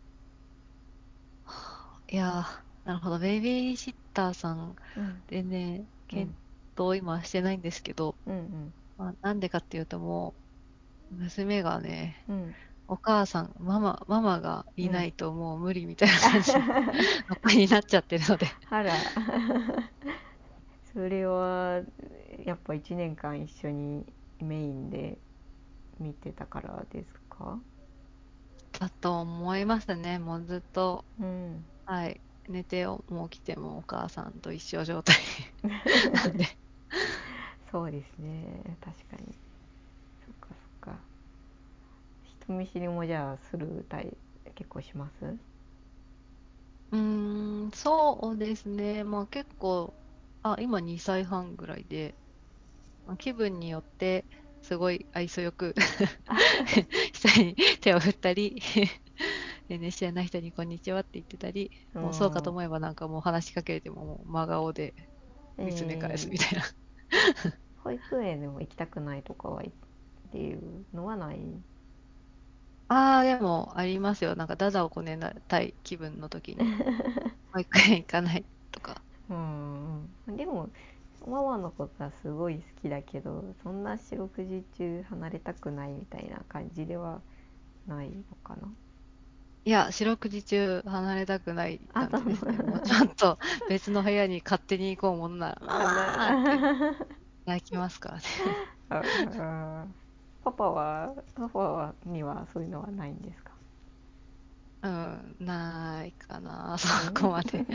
いやー、なるほど。ベイビーシッターさんうんでね、検うん討今はしてないんですけど、 うんうんまあ、なんでかっていうともう、娘がね、 うんお母さん、ママ、ママがいなうん。 いともう無理みたいな感じの子になっちゃってるので。 あら。それはやっぱいちねんかん一緒にメインで見てたからですか？ だと思いますね。もうずっと、 うん。 はい。寝ても起きてもお母さんと一緒状態なんで。 そうですね、確かに。そっかそっか。人見知りもじゃあするタイ結構します？ うーん、そうですね。まあ結構、あ、今にさいはんぐらいで、まあ気分によってすごい愛想よく人に手を振ったり、全然知らない人にこんにちはって言ってたり、 うもうそうかとん。 思えばなんかもう話しかけられてももう真顔で見つめ返すえー、 みたいな。 保育園でも行きたくないとかはいっていうのはない？ ああ、でもありますよ。なんかダダをこねたい気分の時に、保育園行かないとか。 うん、うん。でもママのことはすごい好きだけど、そんな四六時中離れたくないみたいな感じではないのかな。 いや、四六時中離れたくないあ、その感じですね。もうちょっと別の部屋に勝手に行こうものなら、マあマーってな泣きますからね。 あパパはパパはにはそういうのはないんですか？ うん、ないかな、そうこまで。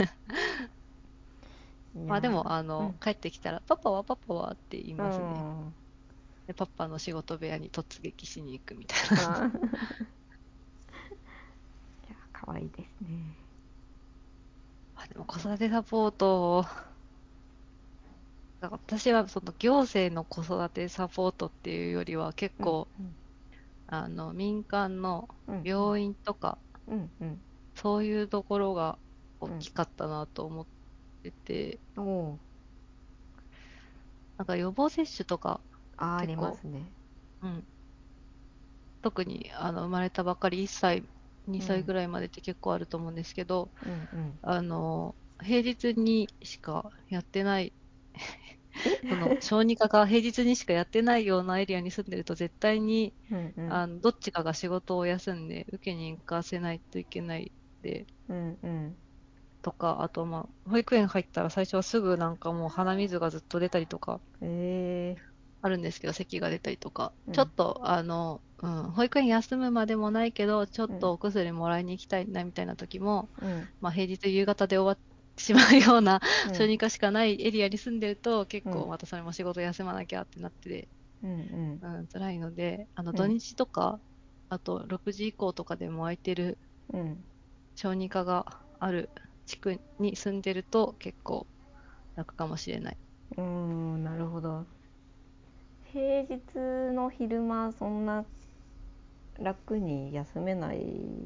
んいやまあでも、あの、 ーうん帰ってきたら、パパはパパはって言いうますね。 んで、パパの仕事部屋に突撃しに行くみたいな。 あいや可愛いですね。 あ、でも子育てサポート、だから私はその行政の子育てサポートっていうよりは結うん構、あの、民間のうん病院とか、 うんうんそういうところが大うんきかったなと思ってて、 うんおーなんか予防接種とかあーありま結構、 すね。 うん、特にあの生まれたばっかりいっさい、 うんにさいぐらいまでって結構あると思うんですけど、 うんうんあの、平日にしかやってない、そのえ小児科が平日にしかやってないようなエリアに住んでると絶対にうんうんあのどっちかが仕事を休んで受けに行かせないといけないで、 うんうんとか、あとまあ、保育園入ったら最初はすぐなんかもう鼻水がずっと出たりとかえあるんですけど、咳が出たりとか、 ー、うんちょっとあの、うん、保育園休むまでもないけど、ちょっうんとお薬もらいに行きたいなみたいな時も、 うんまあ平日夕方で終わってしまうようなうん小児科しかないエリアに住んでると、結うん構またそれも仕事休まなきゃってなってて、 うんうんうん、辛いので、あの土うん日とか、あとろくじ以降とかでも空いてるうん小児科がある地区に住んでると結構楽かもしれない。 うーんなるほど。平日の昼間そんな楽に休めない？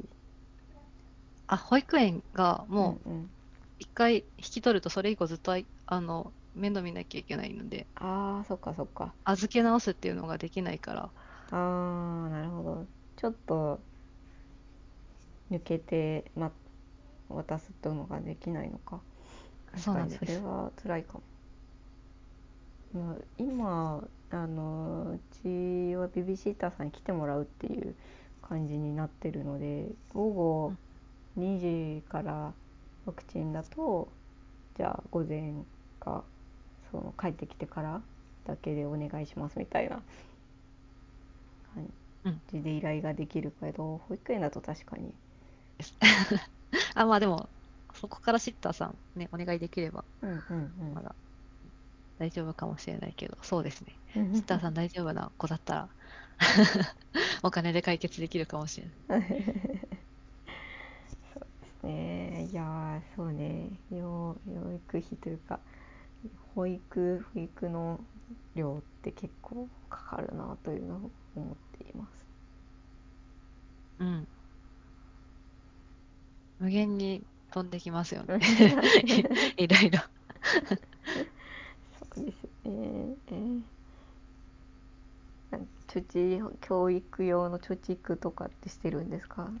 あ、保育園がうんもううん一回引き取るとそれ以降ずっとあいあの面倒見なきゃいけないので、 あーそっかそっか。 預け直すっていうのができないから、 あーなるほど。ちょっと抜けて、ま、渡すっていうのができないのか。確そうかにそれなんです。 は辛いかも。まあ、今あのうちはベビーシッターさんに来てもらうっていう感じになってるので、午後うん、 にじからワクチンだと、じゃあ午前かその帰ってきてからだけでお願いしますみたいな感うん。 じで依頼ができるけど、保育園だと確かに。 あ、まあでも、そこからシッターさんね、お願いできれば、 うんうんまだ大丈夫かもしれないけど、そうですね。 うんシッターさん大丈夫な子だったらお金で解決できるかもしれない。 ねえいやーそうね、養養育費というか保育保育の量って結構かかるなというのを思っています。 うん。無限に飛んできますよね。いろいろ。 そうですね。えーなんか貯蓄教育用の貯蓄とかってしてるんですか？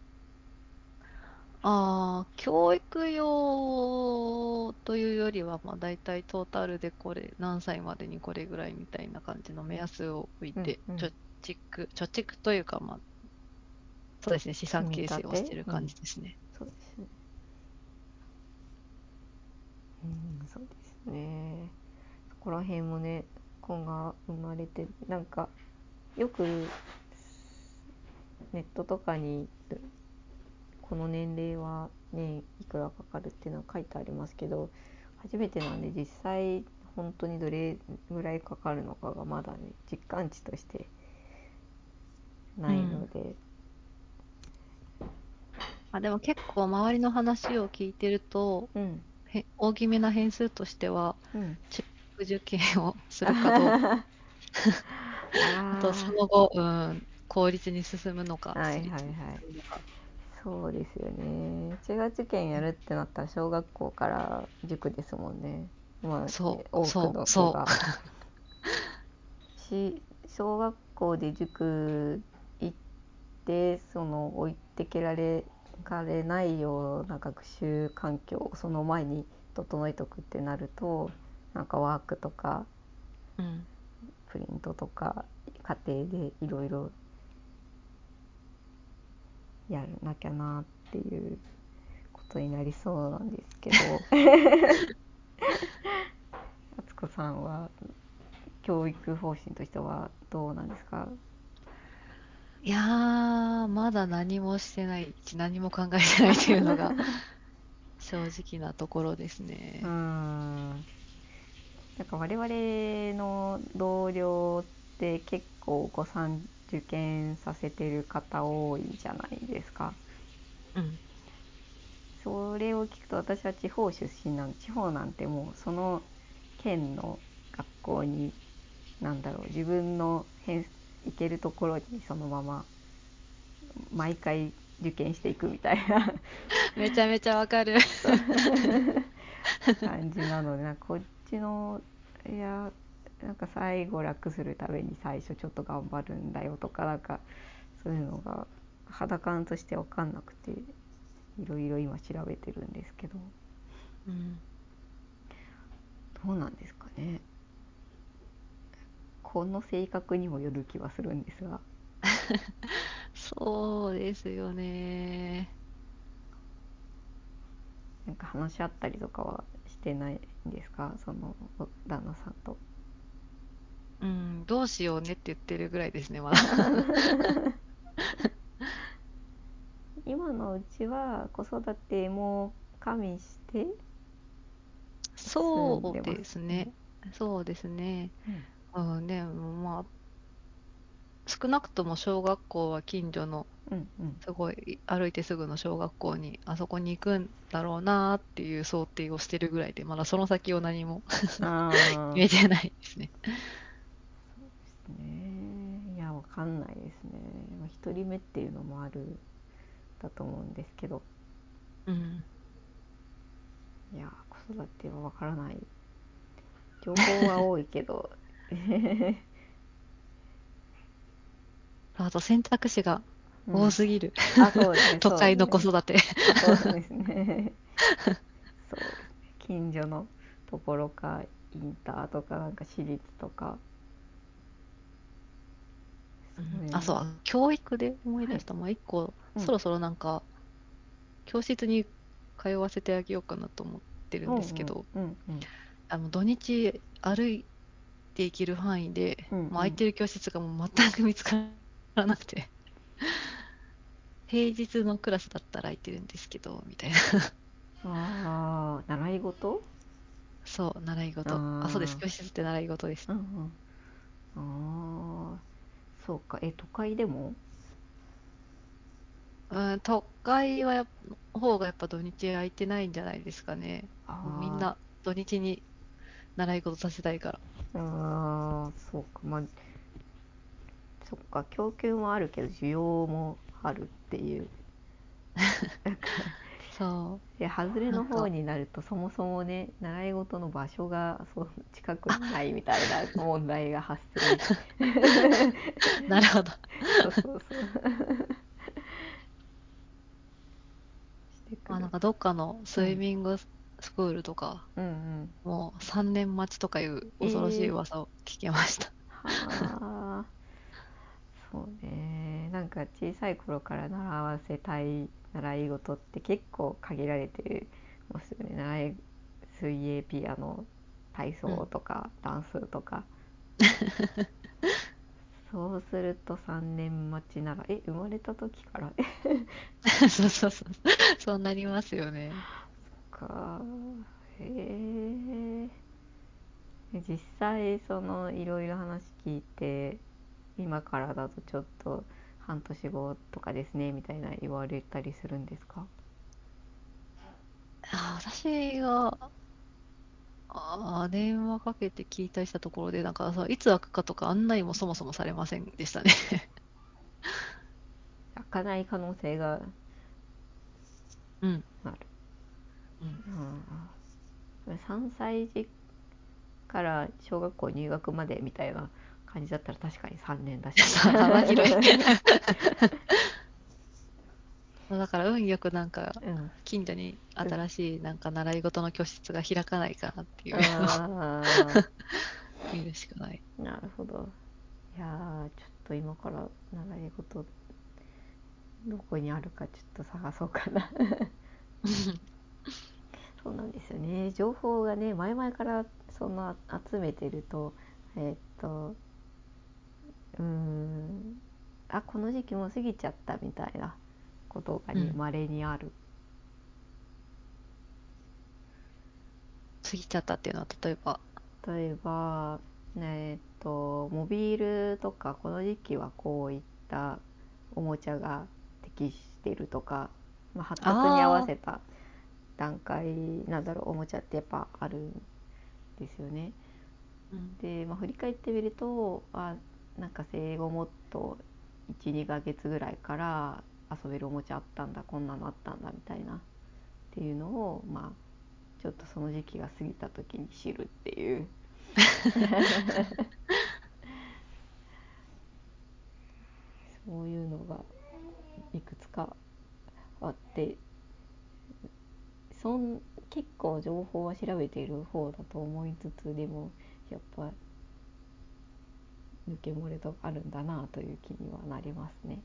ああ、教育用というよりは、まあ大体トータルでこれ、何歳までにこれぐらいみたいな感じの目安を置いて、 うんうん。 貯蓄、貯蓄というか、まあ、そうですね、資積み産形成をし立て、 てる感うん、 じですね。 そうですね。うん、そうですね。そこら辺もね、子が生まれて、なんかよくネットとかにこの年齢は年いくらかかるっていうのは書いてありますけど、初めてなんで実際本当にどれぐらいかかるのかがまだね実感値としてないのうん。 で。 あ、でも結構周りの話を聞いてると、 うんへ大きめな変数としては、 うん中学受験をするかどうか。 とその後、うん、公立に進むのか、 はいはいはい。 私立に進むのか。 そうですよね。中学受験やるってなったら小学校から塾ですもんね。まあそう、 多くそう、 の子が。 そう。 し小学校で塾行ってその置いてけられかれないような学習環境をその前に整えとくってなると、なんかワークとかうん。 プリントとか家庭でいろいろやらなきゃなっていうことになりそうなんですけど敦子さんは教育方針としてはどうなんですか？ いやー、まだ何もしてないし、何も考えてないというのが正直なところですうーね。 ん、なんか我々の同僚って結構お子さん受験させてる方多いじゃないですか。 うん。 それを聞くと私は地方出身なん地方なんてもうその県の学校になんだろう自分の行けるところにそのまま毎回受験していくみたいなめちゃめちゃわかる。 そう感じなので、なんかこっちのいやなんか最後楽するために最初ちょっと頑張るんだよとか、なんかそういうのが肌感として分かんなくていろいろ今調べてるんですけど、 うん。 どうなんですかね。この性格にもよる気はするんですが。 そうですよね。 なんか話し合ったりとかはしてないんですか、その旦那さんと。 うん、どうしようねって言ってるぐらいですね、まだ。 今のうちは子育ても加味して住そうんでます。 ですね。そうですね。 うん、 うん、でもまあ、少なくとも小学校は近所の、 うんうんすごい歩いてすぐの小学校に、あそこに行くんだろうなっていう想定をしてるぐらいで、まだその先を何もうん。ああ、 決めてないですね。 そうですね。いや、わかんないですね。まあ一人目っていうのもあるだと思うんですけど、 うん。 いや、子育てはわからない。情報は多いけど、 あと選択肢がうん。 多すぎる。 あ、そうですね、 都会の子そうですね。 育て。 そうですね。そうですね。近所のところか、インターとか、なんか私立とか、 うん、あ、 そういうの。 そう、教育で思いはい。 出した。もう一個、 うん。 そろそろなんか、教室に通わせてあげようかなと思ってるんうんうんですけど、 うんうんあの、土日歩いていける範囲で、 うんうん。 もう空いてる教室がもう全く見つからなくて、平日のクラスだったら空いてるんですけど、みたいな。 ああ、習い事。 そう、習いあ事。あ、そうです。 あ教室って習い事です。 ー、うんうん。ああ、そうか。え、都会でも。 うん、都会はやっ方がやっぱ土日空いてないんじゃないですかね。もうみんあな土日に習い事させたいから。 あ、ああ、そうか。まあ、そっか。供給もあるけど、需要もあるっていう。なんか、 そで、外れう。なんの方か、 になると、そもそもね、習い事の場所がそう近くになあ、 いみたいな問題が発生しなるほど。 そうそうそうしてくまあ、なる。 んかどっかのスイうんミングスクールとか、 うんうん。 もうさんねん待ちとかいう恐ろしいえー、 噂を聞きました。 はあ、そうね。なんか小さい頃から習わせたい習い事って結構限られてますよね。習い水泳、ピアノ、体うん。 操とかダンスとか。そうするとさんねん待ちなら、え、生まれた時から、え、 そうそうそう。そうなりますよね。 か、へえ。実際そのいろいろ話聞いて、今からだとちょっと半年後とかですねみたいな言われたりするんですか？ あ、私がああ、電話かけて聞いたりしたところで、なんか、そのいつ開くかとか案内もそもそもされませんでしたね。 開かない可能性がうん。 ある。 うん。 うん、さんさい児から小学校入学までみたいな感じだったら確かにさんねんだしね。 さ幅広い。だから運よくなんか、 うん。 近所にうん。 新しいなんか習い事の教室が開かないかなっていうのをあ見るしかない。 あ、なるほど。いやー、ちょっと今から習い事どこにあるかちょっと探そうかな。そうなんですよね。情報がね、前々からその集めてると、えーっと、うーん、あ、この時期もう過ぎちゃったみたいなことがね、 うん。 稀にある。 過ぎちゃったっていうのは、例えば。 例えば、えーっと、モビールとか、この時期はこういったおもちゃが適してるとか、まあ、発達に合わああ、 せた段階なんだろう、おもちゃってやっぱあるんですよね。 うん。 で、まあ、振り返ってみると、あ、なんか生後もっといち、にかげつぐらいから遊べるおもちゃあったんだ、こんなのあったんだみたいなっていうのを、まあちょっとその時期が過ぎた時に知るっていうそういうのがいくつかあって、そん結構情報は調べている方だと思いつつ、でもやっぱ抜け漏れとかあるんだなという気にはなりますね。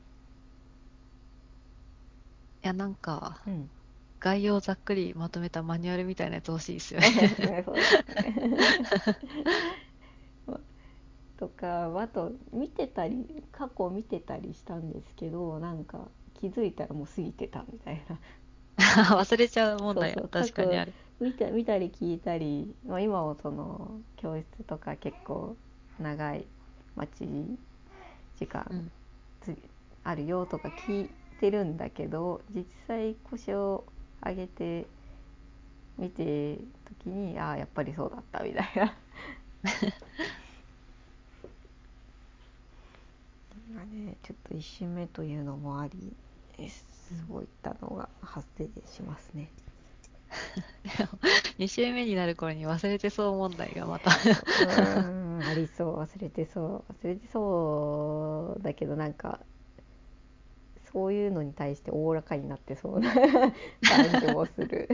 いや、なんか、 うん。 概要をざっくりまとめたマニュアルみたいなやつ欲しいですよね。 そうですね、そうですね。とか、あと見てたり過去見てたりしたんですけど、なんか気づいたらもう過ぎてたみたいな。 忘れちゃう問題はそうそう、過去確かにある。 見た見たり聞いたり、まあ、今もその教室とか結構長い待ち時間うん。 あるよとか聞いてるんだけど、実際腰を上げて見て時に、ああやっぱりそうだったみたいながね、ちょっと一瞬目というのもあり、 うん。 そういったのが発生しますね。 に週目になる頃に忘れてそう問題がまたうーん、ありそう、忘れてそう忘れてそうだけど、なんかそういうのに対しておおらかになってそうな感じもする。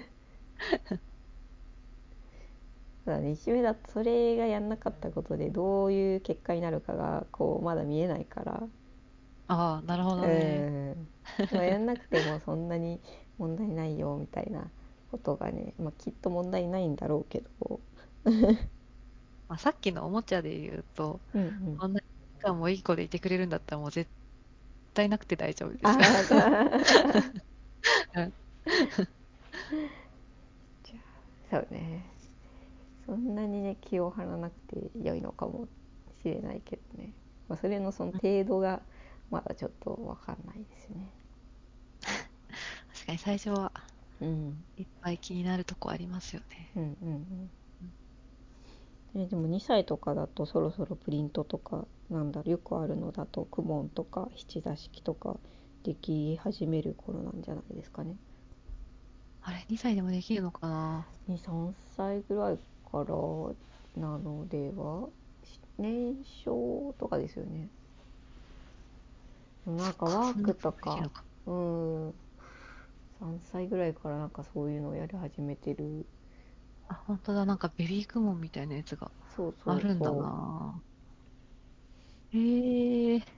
ただね、いちめだとそれがやんなかったことでどういう結果になるかがこうまだ見えないから、 ああ、なるほうどね。 ーん、まあ、やんなくてもそんなに問題ないよみたいなことがね、まあ、きっと問題ないんだろうけど、 まあ、さっきのおもちゃで言うと、 うんうん、 こんな時間もいい子でいてくれるんだったらもう絶対なくて大丈夫ですよ。 ああうん。 そうね、そんなにね気を張らなくて良いのかもしれないけどね、まあ、それのその程度がまだちょっと分かんないですよね。 確かに最初はうんいっぱい気になるとこありますよね。 うんうんうん。 うん。えでもにさいとかだとそろそろプリントとか、なんだろう、よくあるのだとクモンとか七座式とかでき始める頃なんじゃないですかね。 あれ、にさいでもできるのかな。 にさんさいぐらいからなのでは、年少とかですよね。なんかそっか、 ワークそんなこととか、 できるのか。 うん、さんさいぐらいからなんかそういうのをやり始めてる。 あ、本当だ、なんかベビークモンみたいなやつがそうそうあるんだそな。へえ、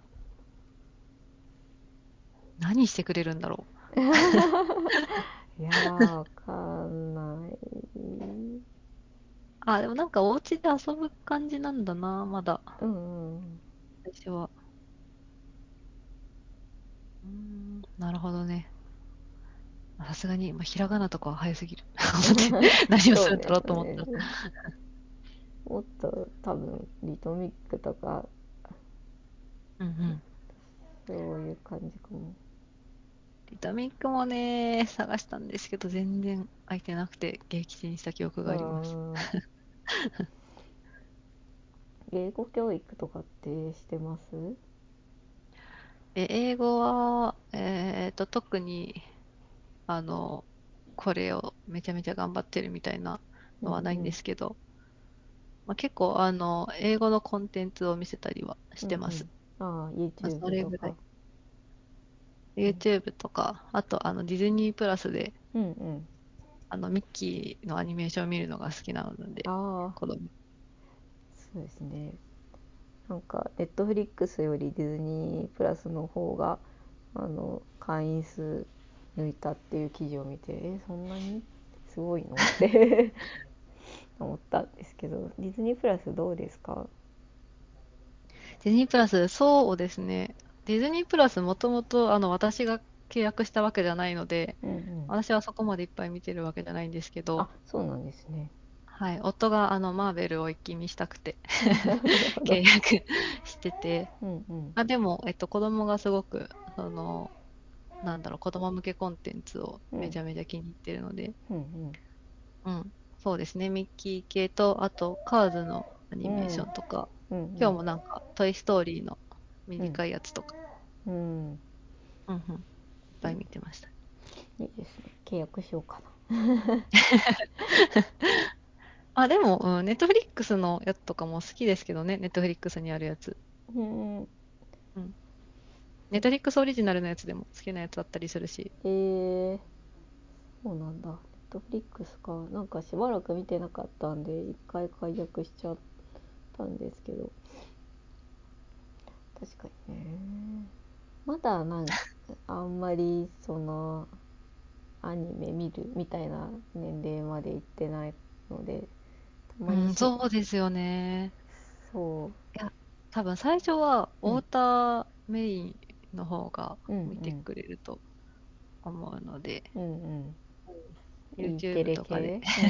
何してくれるんだろう。いやー、わかんない。 う。あ、でもなんかお家で遊ぶ感じなんだな、まだ。 うんうん。 最初は。うーん、なるほどね。さすがに、まあ、ひらがなとかは早すぎる。思って何をするんだそうね、 ろうと思った。 そうね。もっと多分リトミックとかうんうん。 そういう感じかも。 ビタミックもね、探したんですけど、全然空いてなくて、撃沈した記憶うがあります。 ーん。英語教育とかってしてます？ え、英語は、えっと、特に、あの、これをめちゃめちゃ頑張ってるみたいなうんのはないんでうん。 すけど、まあ、結構、あの、英語のコンテンツを見せたりはしうんてます。 うん。ああ、 まあ、そ YouTube とか。 れぐらい。 うん YouTube とか、あと、あの、ディズニープラスで、 うんうん。 あの、ミッキーのアニメーションを見るのが好きなので、 ああ、 子供。 そうですね。なんか、Netflix よりディズニープラスの方が、あの、会員数抜いたっていう記事を見て、え、そんなにすごいのって思ったんですけど、ディズニープラスどうですか？ ディズニープラス、そうですね。ディズニープラスもともと、あの、私が契約したわけじゃないので、 うんうん。 私はそこまでいっぱい見てるわけじゃないんですけど、 あ、そうなんですね。 はい、夫があの、マーベルを一気見したくてなるほど。 契約してて、 うんうん。 あ、でも、えっと、子供がすごく、その、なんだろう、子供向けコンテンツをうんめちゃめちゃ気に入ってるので、 うんうん、そうですね、ミッキー系と、あと、カーズのアニメーシうん。 ョンとか、 うん今日もなんか、トイ・ストーリーのうん短いやつとか、 うん。うん。 うんうん、いっぱい見てました。 いいですね。契約しようかあ、でも、うん、ネットフリックスのやつとかも好きですけどね、ネットフリックスにあるやつ。 な。うん。 うん。ネットフリックスオリジナルのやつでも好きなやつあったりするし。 えー、そうなんだ。ネットフリックスか。なんかしばらく見てなかったんで、一回解約しちゃったんですけど、確かにね。まだなんか、あんまりその、アニメ見るみたいな年齢まで行ってないので、たまにし、 うん、そうですよね。 そいや、多分最初は、 う、うウォーん、 ターメインの方がうん見てうんくれると思うので、 うんうん。E テ YouTube レとかで。 系うん。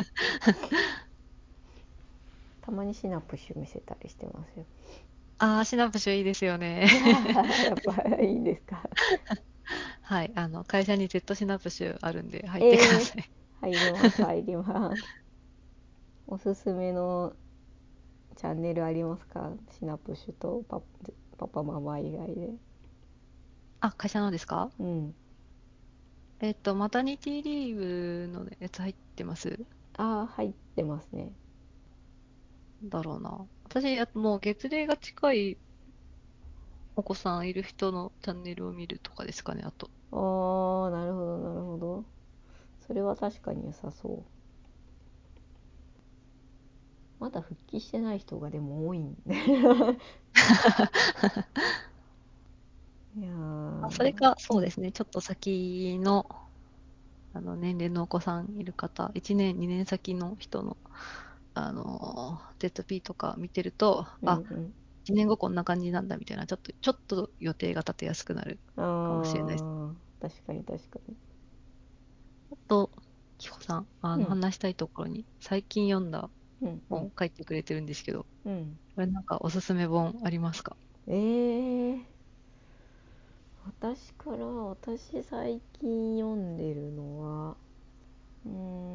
たまにシナプシュ見せたりしてますよ。 ああ、シナプシュいいですよね。 やっぱいいんですか？ はい。あの、会社に Z シナプシュあるんで入ってくだえー、 さい。 入ります入ります。おすすめのチャンネルありますか？シナプシュとパパパママ以外で。 あ、会社のですか？ うん。 えっと、マタニティリーブのやつ入ってます？ ああ、入ってますね。 だろうな。私、あもう月齢が近いお子さんいる人のチャンネルを見るとかですかね、あと。 ああ、なるほどなるほど。それは確かに良さそう。まだ復帰してない人がでも多いんで。いやあ、それー、 か、 うん。 そうですね、ちょっと先の、あの、年齢のお子さんいる方、いちねん、にねん先の人の、あの、ゼットピー とか見てると、あ、 うんうん。 いちねんごこんな感じなんだみたいな、ちょっと、ちょっと予定が立てやすくなるあかもしれないです。 ー、確かに確かに。 あと、キコさん、あの、 うん。 話したいところに、最近読んだうんうん。 本書いてくれてるんですけど、 うん。 これなんかおすすめ本ありますか？ えー、私から私最近読んでるのは、うー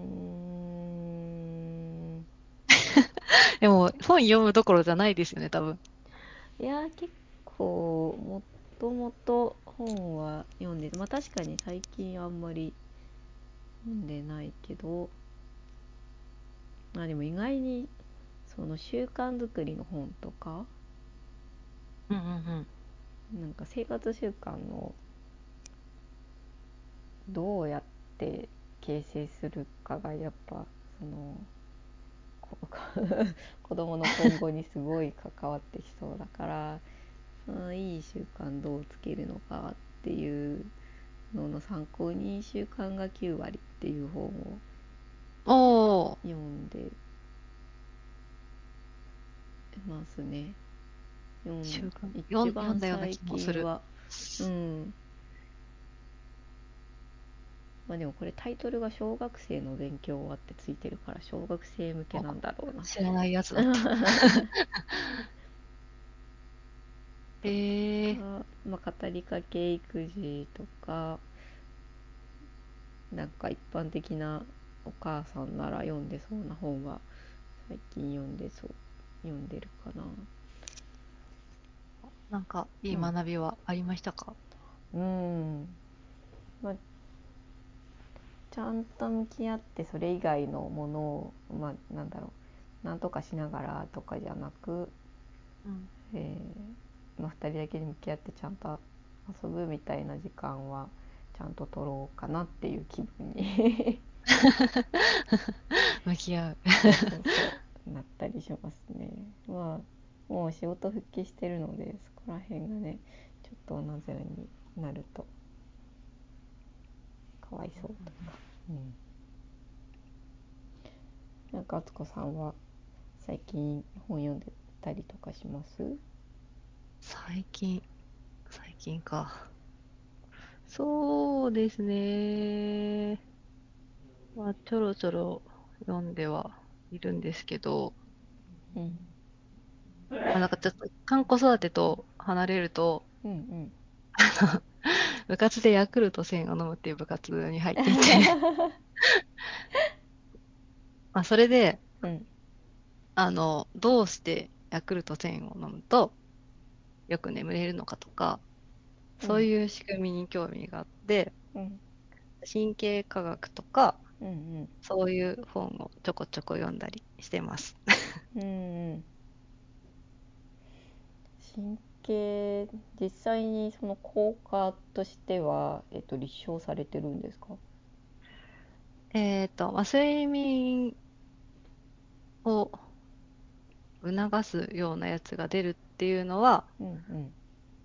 ん、 でも、本読むどころじゃないですよね、多分。 いや結構もともと本は読んでて、まあ確かに最近あんまり読んでないけど、まあでも意外にその習慣作りの本とか、 うんうんなんか生活習慣のどうやって形成するかがやっぱそのこ子供の今後にすごい関わってきそうだから、うん、いい習慣どうつけるのかっていうのの参考に習慣がきゅう割っていう本をうん。おー、 読んでますね。読ん習慣、読ん、読一番んだような最気もする。 近は、うん、まあでもこれタイトルが小学生の勉強はってついてるから小学生向けお、 なんだろうな。 知らないやつだった。えー、 まあ、語りかけ育児とか、なんか一般的なお母さんなら読んでそうな本は最近読んでそう読んでるかな。 なんかいいうん学びはありましたか？ うん、まあ、ちゃんと向き合ってそれ以外のものを、まあ、なんだろう、なんとかしながらとかじゃなく、 うん。 えーまあ、ふたりだけで向き合ってちゃんと遊ぶみたいな時間はちゃんと取ろうかなっていう気分に向き合う。 そうそうそうなったりしますね。まあもう仕事復帰してるので、そこら辺がねちょっと同じようになるとかわいそうというか、うん、なんか敦子さんは最近本読んでたりとかします？ 最近、最近か。そうですね。まあ、ちょろちょろ読んではいるんですけど、 うんまあ、なんかちょっと、看子育てと離れると、 うんうん部活でヤクルトせんを飲むっていう部活に入っていて、まあ、それで、 うんあの、どうしてヤクルトせんを飲むとよく眠れるのかとか、 うんそういう仕組みに興味があって、 うん神経科学とか、 うんそういう本をちょこちょこ読んだりしてます。 うんうん神経、実際にその効果としては、えっと、立証されてるんですか？ えっと、まあ、睡眠を促すようなやつが出るっていうのは、 うんうん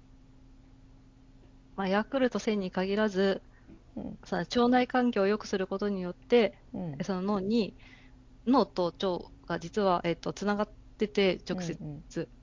まあ、ヤクルトせんに限らず、 うんその腸内環境を良くすることによって、 うんその脳に、脳と腸が実は、えっと、つながってて、 うんう直接。 ん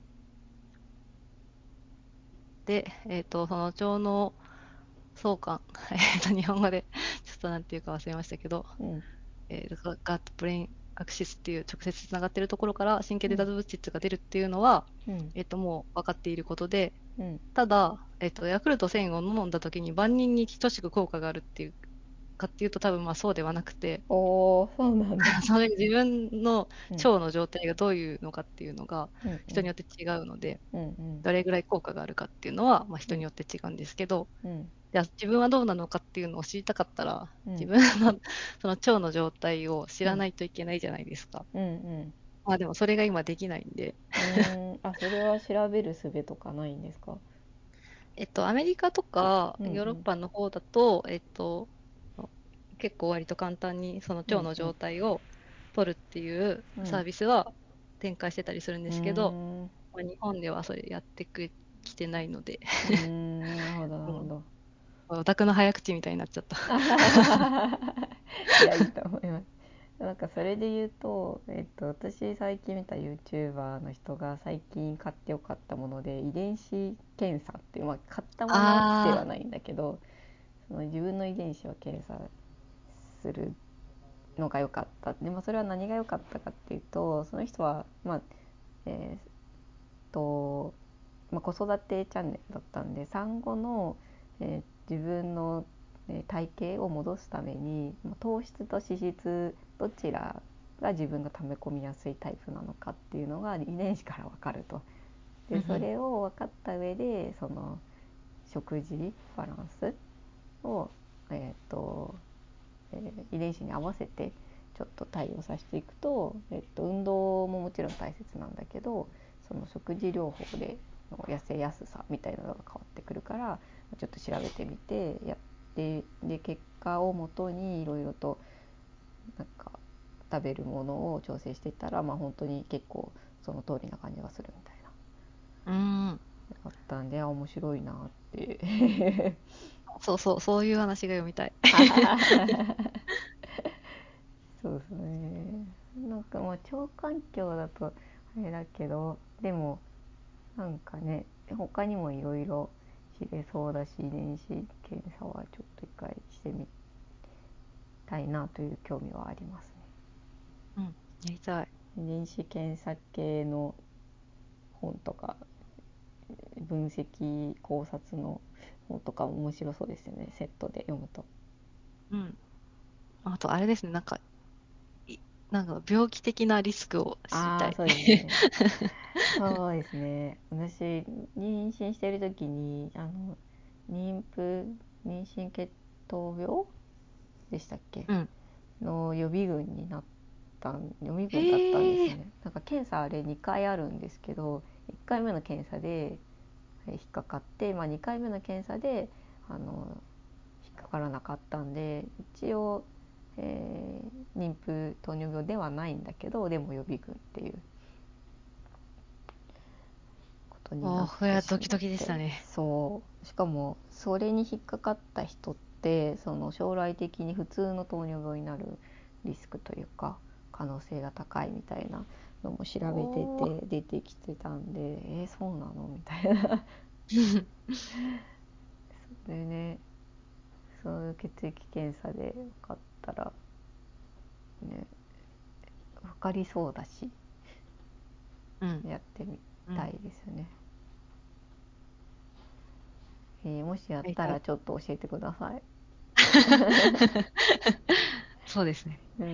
で、えっと、その腸の相関、えっと、日本語でちょっとなんていうか忘れましたけど、 うんえー、ガガットブレインアクシスっていう直接つながっているところから神経うん伝達物質が出るっていうのは、 うんえっと、もう分かっていることで、 うんただ、えっと、ヤクルトせんを飲んだ時に万人に等しく効果があるっていうかっていうと多分まあそうではなくて、 おー、そうなんだ。 それ自分のうん腸の状態がどういうのかっていうのがうんうん人によって違うので、 うんうんどれぐらい効果があるかっていうのは、まあ、 うん人によって違うんですけど、 うんじゃあ自分はどうなのかっていうのを知りたかったら、 うん自分のその腸の状態を知うんらないといけないじゃないですか。 うんまあでもそれが今できないんで、 うん。うーん、あ、それは調べる術とかないんですか？ えっと、アメリカとかうんうヨーロッんパの方だと、えっと、結構割と簡単にその腸の状うんうん態を取るっていうサーうんビスは展開してたりするんでうーすけど、 んうまあ、日本ではそれやってくきてないので、 ーん、なるほどなるほもど。 うオタクの早口みたいになっちゃった。 あははははいや、いいと思います。なんかそれで言うと、えっと、私最近見た YouTuber の人が最近買ってよかったもので、遺伝子検査っていう、まあ、買ったものではあないんだけど、その自分の遺伝子を検査するのが良かった。でもそれは何が良かったかっていうと、その人は、まあえーとまあ、子育てチャンネルだったんで、産後の、えー自分のえー体型を戻すために、まあ糖質と脂質どちらが自分が溜め込みやすいタイプなのかっていうのが遺伝子から分かると。 あ、うでそんうん、 れを分かった上で、その食事バランスを、えーとえー遺伝子に合わせてちょっと対応させていくと、えっと、運動ももちろん大切なんだけど、その食事療法での痩せやすさみたいなのが変わってくるから、ちょっと調べてみてやって、で結果をもとにいろいろとなんか食べるものを調整していったら、まあ本当に結構その通りな感じがするみたいなうーん、 あったんで、あ面白いなってそうそう、そういう話が読みたい。 そうですね。なんかまあ腸環境だとあれだけど、でもなんかね、他にもいろいろ知れそうだし、遺伝子検査はちょっと一回してみたいなという興味はありますうん、やりたい。 ね。遺伝子検査系の本とか分析考察の本とかも面白そうですよね、セットで読むと。 うん。あと、あれですね、なんか、いなんか病気的なリスクを知りたああ、 い。 そうですね。そうですね。私、妊娠してる時に、あの、妊婦、妊娠血糖病でしたっけうん。 の予備軍になった予備軍だったんですへえ。 ね。なんか検査あれにかいあるんですけど、いっかいめの検査で引っかかって、まあ、にかいめの検査であの引っかからなかったんで、一応、えー妊婦糖尿病ではないんだけど、でも予備軍っていうことになっおー、それてはドキドキでししまって。 たね。 そう、しかもそれに引っかかった人ってその将来的に普通の糖尿病になるリスクというか可能性が高いみたいなのも調べておー。 て出てきてたんで、えー、そうなのみたいな。でね、そういう血液検査で分かったらね、分かりそうだし、 うん。 やってみうん。 たいですよね。えーもしやっやりたい。 たらちょっと教えてください。 そうですね。 うん、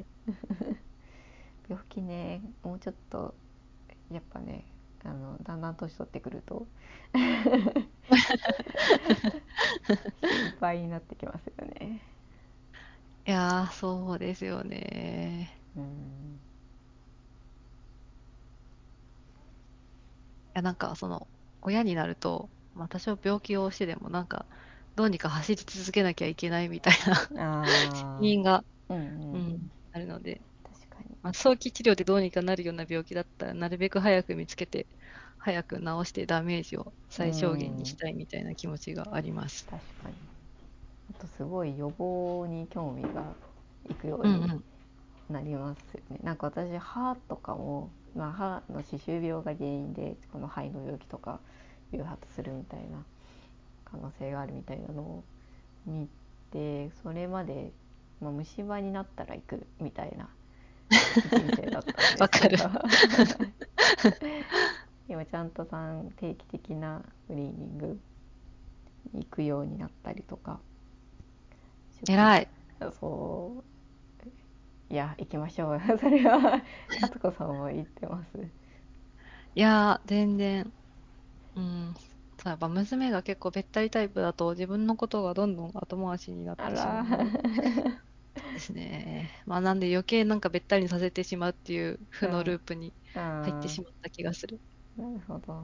やりたい。 病気ね、もうちょっとやっぱね、あのだんだん年取ってくると心配になってきますよね。 いやー、そうですよね。 うん、 いや、なんか、その、親になると、まあ、多少病気をしてでも、なんか、どうにか走り続けなきゃいけないみたいな責あ任が、 あ、うんうん、 うん、あるので、 確かに。 まあ、早期治療でどうにかなるような病気だったら、なるべく早く見つけて、早く治してダメージをう最小限にしん、 たいみたいな気持ちがあります。 確かに。あとすごい予防に興味がいくようにうんうん。 なりますよね。なんか私歯とかも、まあ、歯の歯周病が原因でこの肺の病気とか誘発するみたいな可能性があるみたいなのを見て、それまで、まあ、虫歯になったら行くみたいな人生だったんですけどわかる。 今ちゃんとさん定期的なクリーニングに行くようになったりとか、食偉い。 そう、いや行きましょうそれは敦子さんも言ってます。 いやー、全然、うん、そうやっぱ娘が結構べったりタイプだと自分のことがどんどん後回しになってしまあらうので、そうですね。まあなんで余計なんかべったりにさせてしまうっていう負のルうん、 ープに入ってあしまった気がする。 ー、なるほど。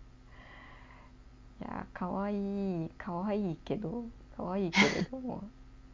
いや可愛い可愛いけど可愛いけれども、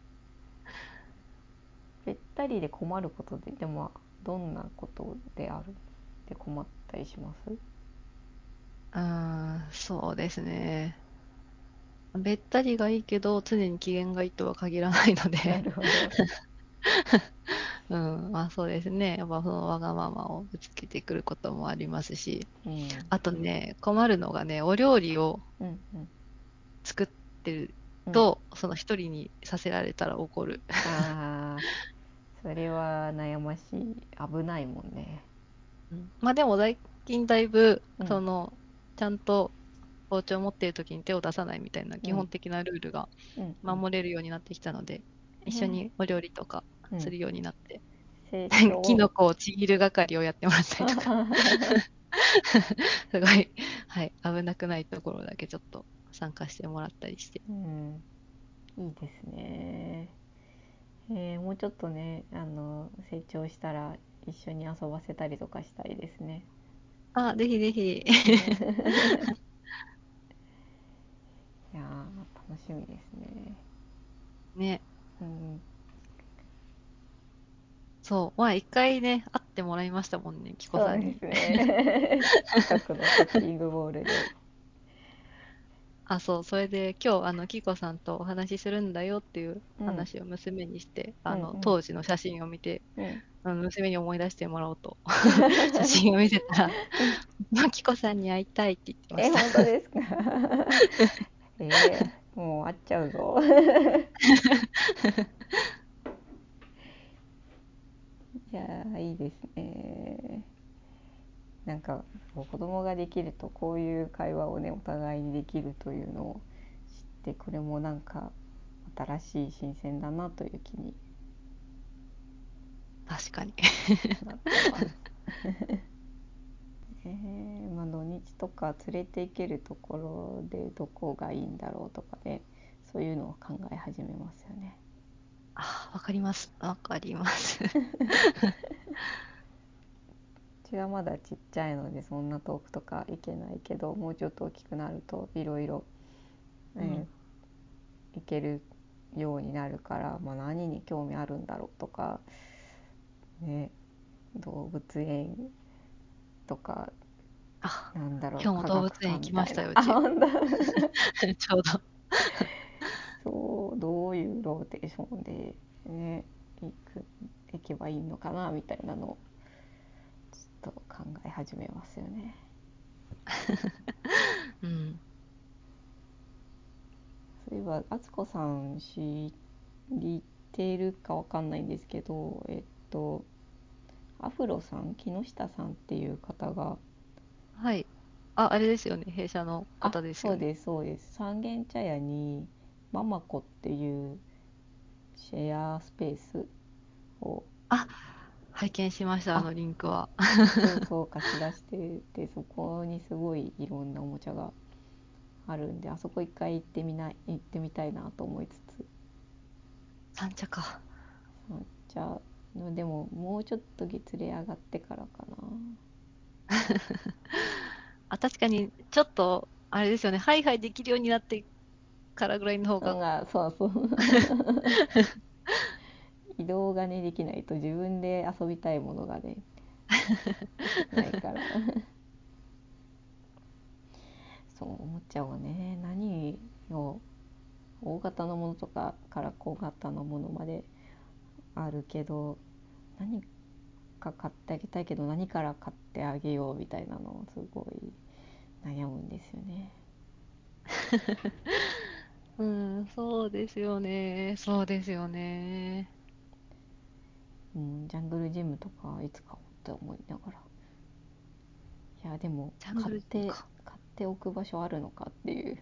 べったりで困ることで、でもどんなことであるで困ったりします？ うーん、そうですね。べったりがいいけど常に機嫌がいいとは限らないので、 なるほど。 うん、まあそうですね。やっぱそのわがままをぶつけてくることもありますし、 うんあとね、困るのがね、お料理をうんうん作ってるうん。 と、その一人にさせられたら怒る。 ああ、それは悩ましい。危ないもんね。 うん、まあでも最近だいぶ、 うんその、ちゃんと包丁を持っている時に手を出さないみたいな基うん本的なルールがうんうん。 守れるようになってきたので、一緒ね、 にお料理とかうん。 するようになって、 成キノ長。 コをちぎる係をやってもらったりとか、すごい、はい、危なくないところだけちょっと参加してもらったりして。 うん、いいですね。えー、もうちょっとね、あの成長したら一緒に遊ばせたりとかしたいですね。 あ、ぜひぜひ。 ねいやー楽しみですね。 ね。 うん、 そう。まあ一回ね、会ってもらいましたもんね、キコさんに。 そうですね近くのショッピングモールで。 あ、そう。それで今日、あの、キコさんとお話しするんだよっていううん話を娘にして、 うんあの、 うん当時の写真を見て、 うんあの、娘に思い出してもらおうと写真を見せたら、まあ、キコさんに会いたいって言ってまえ、 した。 本当ですか？えー、もう会っちゃうぞ。いやーいいですね。 なんかこう子供ができるとこういう会話をねお互いにできるというのを知って、これもなんか新しい新鮮だなという気に確かに。 なってます。えーまあ、土日とか連れて行けるところでどこがいいんだろうとかで、そういうのを考え始めますよね。 あ、わかります。わかります。 うちはまだちっちゃいのでそんな遠くとか行けないけど、もうちょっと大きくなるといろいろうん。 行けるようになるから、まあ、何に興味あるんだろうとか、ね、動物園とか、 あ、 なんだろう、 今日も科学動物園行館みたいな。 きましたよ、うあ、 ち。 ほんとちょうど。 そう、どういうローテーションで、ね、行く行けばいいのかなみたいなのをちょっと考え始めますよね。 うん。 そういえば敦子さん知ってるかわかんないんですけど、えっとアフロさん、木下さんっていう方が、 はい。あ、あれですよね。弊社のあ、 方ですよね。 そうですそうです、三軒茶屋にママコっていうシェアスペースを、 あ、拝見しました、ああ、 のリンクは。 そうそう貸し出してて、そこにすごいいろんなおもちゃがあるんで、あそこ一回行ってみない行ってみたいなと思いつつ、 三茶か。 三茶のでももうちょっと月齢上がってからかあ、確かに、ちょっと、あれですよね。ハイハイできるようになってからぐらいの方な。 が。 うんあそうそう移動がねできないと自分で遊びたいものがねできないからそう、おもちゃをね、何を、大型のものとかから小型のものまであるけど、何か買ってあげたいけど何から買ってあげようみたいなのをすごい悩むんですよね。 うん、そうですよね。そうですよね。 うん、ジャングルジムとかいつ買おうって思いながら、いやでもジャング買ってルジムか。 買っておく場所あるのかっていう。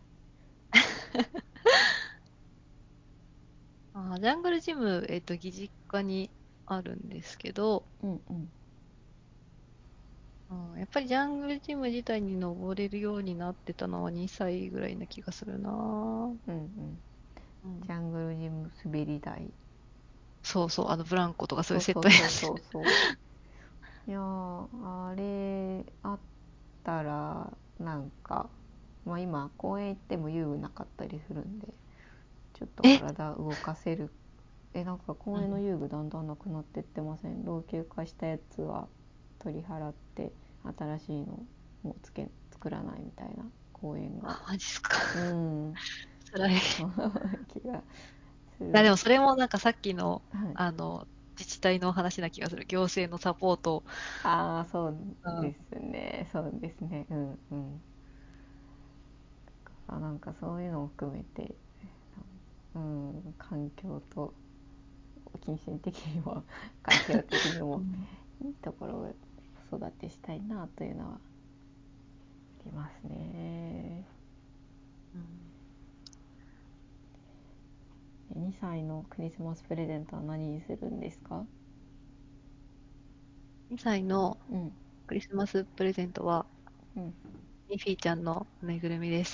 あ、ジャングルジム、えっと、義実家にあるんですけど、 うんうんうん、やっぱりジャングルジム自体に登れるようになってたのはにさいぐらいな気がするな。 うんうん。 うん、 ジャングルジム滑り台、 そうそう、あのブランコとかそういうセッそうそうそうトのやつ。 そうそう、いやーあれあったらなんか、まあ、今公園行っても遊具なかったりするんで、ちょっとえ、 体動かせる。えなんか公園のうん、 遊具だんだんなくなってってません？老朽化したやつは取り払って新しいのもうつけ作らないみたいな公園が、 あ、マジっすか。 うん辛い。 そんな気がすいや、 る。 でもそれもなんかさっきの、 はい、 あの、自治体の話な気がする。行政のサポート。 ああそううん、 ですねそうですね、うんうん。あなんかそういうのを含めて、うん、環境と金銭的にも環境的にもうん、 いいところを子育てしたいなというのはありますね。 うん。 にさいのクリスマスプレゼントは何にするんですか？ にさいのうんクリスマスプレゼントは、 うん。 ミッフィーちゃんのぬいぐるみです。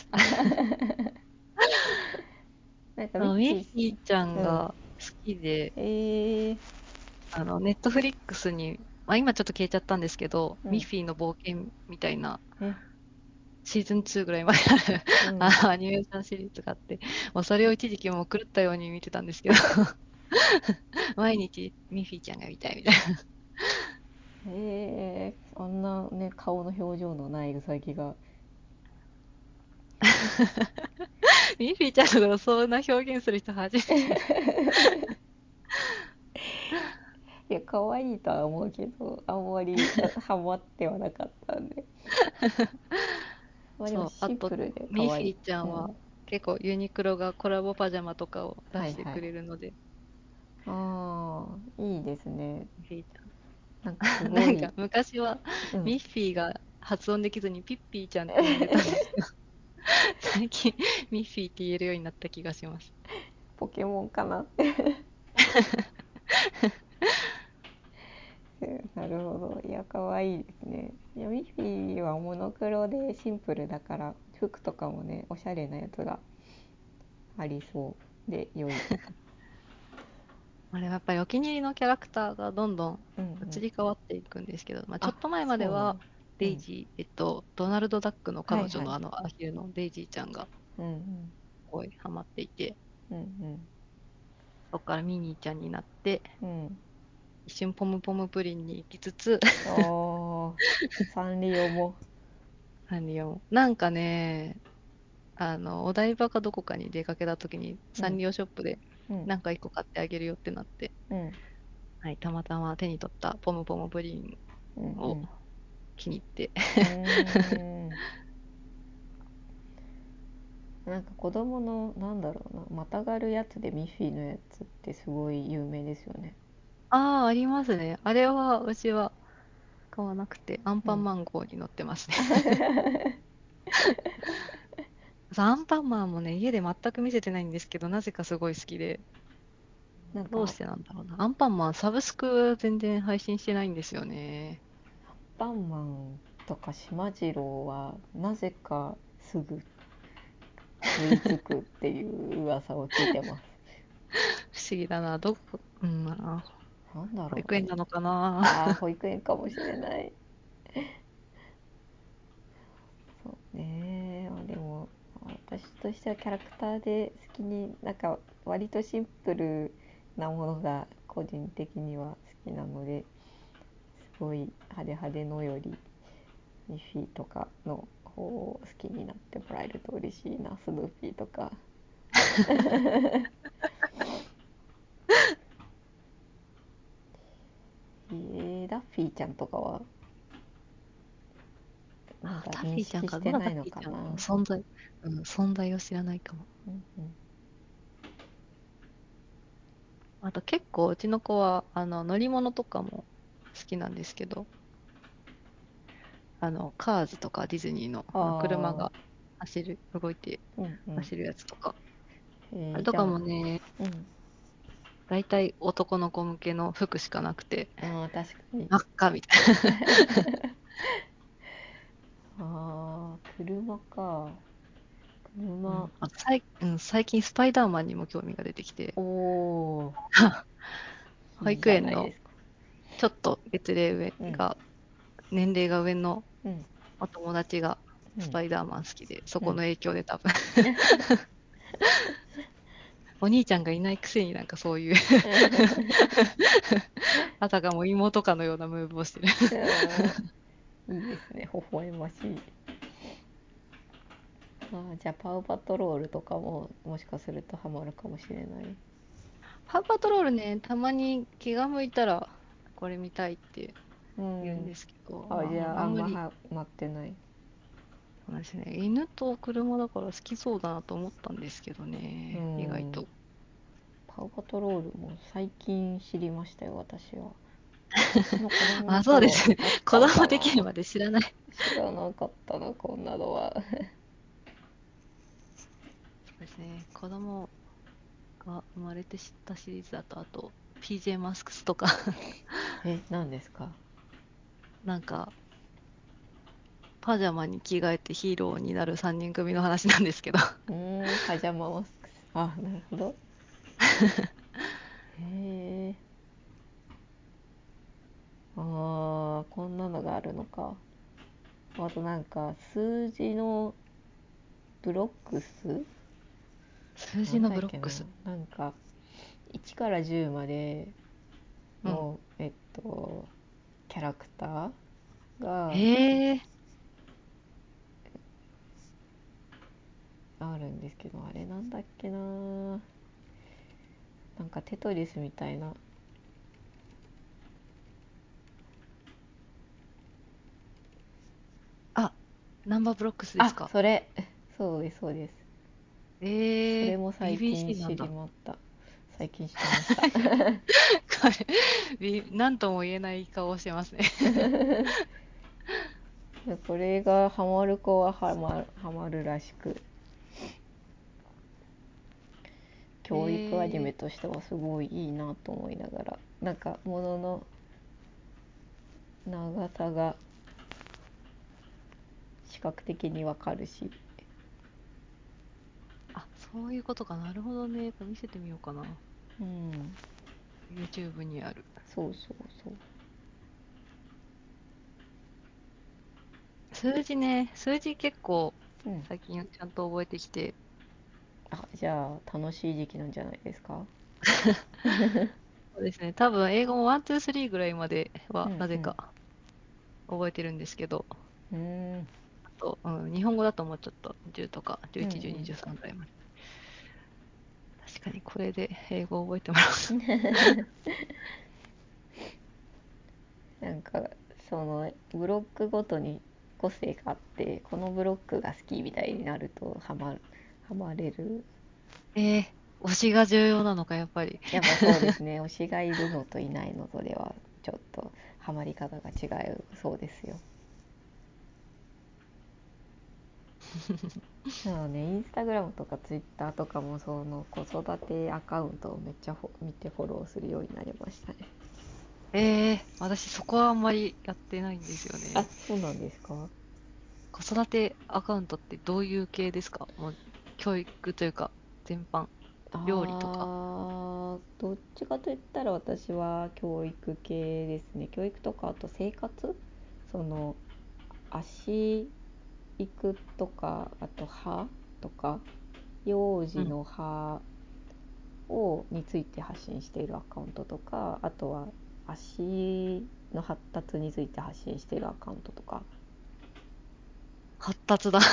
なんかミッあの、ミッフフィィーちゃー、うん、 んが好きで、 えー、 あの、ネットフリックスに、まあ、今ちょっと消えちゃったんですけど、 うん、 ミッフィーの冒険みたいなえ、 シーズンツーぐらいまであるあうん、 のアニメーションシリーズがあって、もうそれを一時期もう狂ったように見てたんですけど、毎日ミッフィーちゃんが見たいみたいな。 えー、あんなね顔の表情のないウサギが、 ミッフィーちゃんのことそんな表現する人初めて見た。 いや可愛いとは思うけどあんまりあハマってはなかったんで、まあでもそう、あと、 シンプルで可愛い。 ミッフィーちゃうん、 んは結構ユニクロがコラボパジャマとかを出してくはいはい。 れるので、 ああいいですね。 ミッフィーちゃん。 なんかすなんかごい、 昔はうんミッフィーが発音できずにピッピーちゃんって呼んでたんですけど、最近ミッフィーって言えるようになった気がします。 ポケモンかなって。なるほど。いや、可愛いですね。いや、ミッフィーはモノクロでシンプルだから、服とかもね、おしゃれなやつがありそうで良い。 あれはやっぱりお気に入りのキャラクターがどんどんうんうん。 移り変わっていくんですけど、まあ、ちょあ、 っと前までそうなんだ。 はうん。 デイジー、えっと、ドナルド・ダックの彼女はいはい。 のあのアヒルのデイジーちゃんがうんうん。 すごいハマっていて、 うんそこからミニーちゃんになって、 うん。うん。 一瞬ポムポムプリンに行きつつ、 ああ、サンリオも。 何を、なんかね、あの、お台場かどこかに出かけた時にうん。 サンリオショップでうんなんか一個買ってあげるよってなって、 うん。 はい、たまたま手に取ったポムポムプリンうんうをん。 気に入って。 うーん。なんか子供のなんだろうな、またがるやつでミッフィーのやつってすごい有名ですよね。 ああ、ありますね。あれは、うちは買わなくて、アンうん。 パンマン号に乗ってますね。アンパンマンもね、家で全く見せてないんですけど、なぜかすごい好きで、 なんかどうしてなんだろうな。アンパンマン、サブスク全然配信してないんですよね。 バンマンとかしまじろうはなぜかすぐ追いつくっていう噂を聞いてます。 不思議だな。どこ、うん、あなんだ保ろうね。 育園なのかな。 ああ、保育園かもしれない。そうね。でも私としてはキャラクターで好きに、なんか割とシンプルなものが個人的には好きなので、すごい派手派手のよりミッフィーとかの方を好きになってもらえると嬉しいな。スヌーピーとか。えー、ダッフィーちゃんとかはまあ、 だ認タフィーちゃんか。 識してないまだタフのかな。 ィーちゃんの存在、うん、存在を知らないかも。 うんうんあと結構うちの子は、あの、乗り物とかも好きなんですけど、あの、カーズとかディズニーの、あの車ああが走る、動いてー、うんうん。 走るやつとか。あえー、 れとかじゃあ、 もね、 うん大体男の子向けの服しかなくて、 あー確かに。 真っ赤みたいな。 ああ、車か。車。 うん、あと最、うん、最近スパイダーマンにも興味が出てきて、 おおー、 保いいじゃ育園のないですか。 ちょっと月齢上うんが、年齢が上のうんお友達がうんスパイダーマン好きで、そうん。 この影響で多分お兄ちゃんがいないくせになんかそういうあたかも妹かのようなムーブをしてる。 うん、いいですね。微笑ましい。あーじゃあパウパトロールとかももしかするとハマるかもしれない。 パウパトロールね、たまに気が向いたらこれ見たいってうん。 言うんですけど、 あ、じまあ、 ゃああんまあんまり、 ハマってない。 そうですね、犬と車だから好きそうだなと思ったんですけどうね、意外ん。 と。 パウパトロールも最近知りましたよ、私は。私の子供のあ、そうで頃すね。 あっ子たんだ供できるな。 まで知らない。 知らなかったな、こんなのは。 そうですね。子供が生まれて知ったシリーズだと、あと、ピージェー マスクスとかえ、何ですか？ なんか、パジャマに着替えてヒーローになるさんにん組の話なんですけど。 うーん、パジャママスク。あ、なるほど。へえ。あー、こんなのがあるのか。あとなんか、数字のブロックス数字のなんだっけな。 ブロックス。 なんか、いちからじゅうまでうん。 の、えっと、キャラクターがへえ。 あるんですけど、あれなんだっけな。なんかテトリスみたいな。 あ、ナンバーブロックスですあ、 か？ それ。そうです、そうです。そえー、 れも最近ビービーシー な知んだ。 りまった。 最近知ってました。 これ、びなんとも言えない顔をしてますね。 これがハマる子はハマ、ハマるらしく、教育アニメえとしてはすごいいいなと思いながら、なんかものの長さが視覚的にわかるし、 ー、あ、そういうことか。なるほどね。これ見せてみようかな。 うん、 YouTube にある。 そうそうそう。 数字ね、数字結構うん、 最近ちゃんと覚えてきて、 あ、じゃあ楽しい時期なんじゃないですか。 そうですね。多分英語もワン、ツー、スリーぐらいまではうんうん。 なぜか覚えてるんですけど、 うーん。 あと、うん、日本語だともうちょっとじゅうとかうんうじゅういち、じゅうに、 ん。 じゅうさんぐらいまで。確かにこれで英語を覚えてもらう。 なんかそのブロックごとに個性があって、このブロックが好きみたいになるとハマる、ハマれる。 えー、推しが重要なのか、やっぱり。 やっぱそうですね。推しがいるのといないのとではちょっとハマり方が違うそうですよ。なのでインスタグラムとかツイッターとかもその子育てアカウントをめっちゃ見てフォローするようになりましたね。 えー、私そこはあんまりやってないんですよあ、 ね。 そうなんですか。 子育てアカウントってどういう系ですか？もう教育というか、全般。料理とか。 あー、どっちかといったら私は教育系ですね。教育とかあと生活、その足育とか、あと歯とか幼児うん。 の歯をについて発信しているアカウントとか、あとは足の発達について発信しているアカウントとか。 発達だ。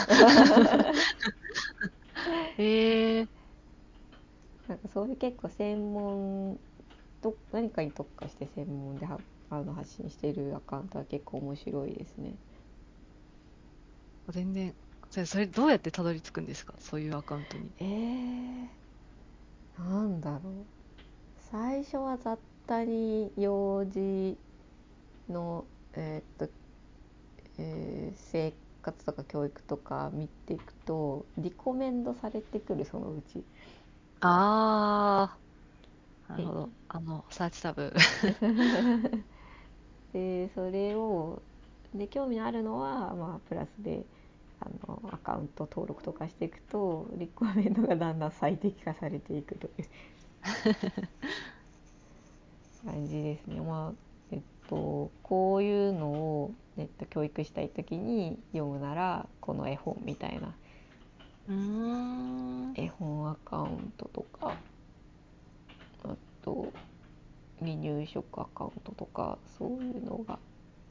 えー、 なんかそういう結構専門と何かに特化して専門ではあの発信しているアカウントは結構面白いですね。 全然。それ、それどうやってたどり着くんですか？そういうアカウントに。 えー、なんだろう。最初は雑多に幼児の、えーっとえー生活とか教育とか見ていくとリコメンドされてくる、そのうち。 あー、なるでほど。あの、サーチタブ。 でそれをで興味のあるのは、まあ、プラスであのアカウント登録とかしていくとリコメンドがだんだん最適化されていくという感じですね。まあえっとこういうのを、えっと、教育したい時に読むならこの絵本みたいなうーん。 絵本アカウントとか、あと離乳食アカウントとか、そういうのが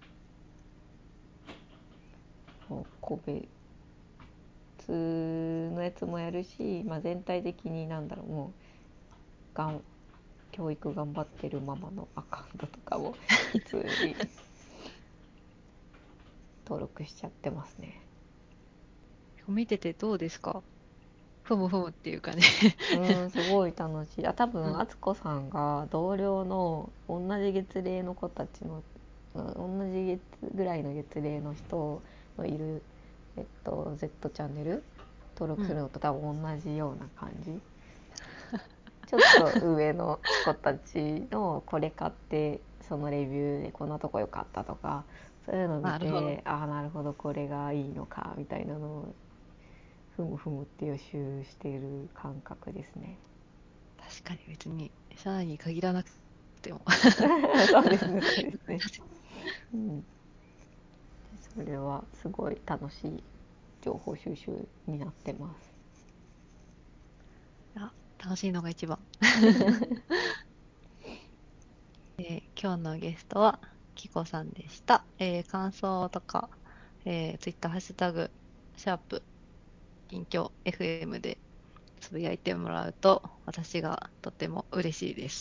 もう個別のやつもやるし、まあ、全体的になんだろう、もうがん教育頑張ってるママのアカウントとかを普通に登録しちゃってますね。 見ててどうですか？ふむふむっていうかね。 うーん、すごい楽しい。あ、多分うん。 敦子さんが同僚の同じ月齢の子たちの、同じ月ぐらいの月齢の人のいる、えっと、Z チャンネル登録すうん。 るのと多分同じような感じ。ちょっと上の子たちのこれ買ってそのレビューでこんなとこ良かったとか、そういうのを見なるほど。 て、ああなるほどこれがいいのかみたいなのをふむふむって予習している感覚ですね。 確かに別に、社内に限らなくても。 そうですね、そうですね。うん、それはすごい楽しい情報収集になってます。 あ、楽しいのが一番。えー今日のゲストは、キコさんでした。えー感想とか、えー、ツイッターハッシュタグ、シャープ、近況 エフエム でつぶやいてもらうと、私がとても嬉しいです。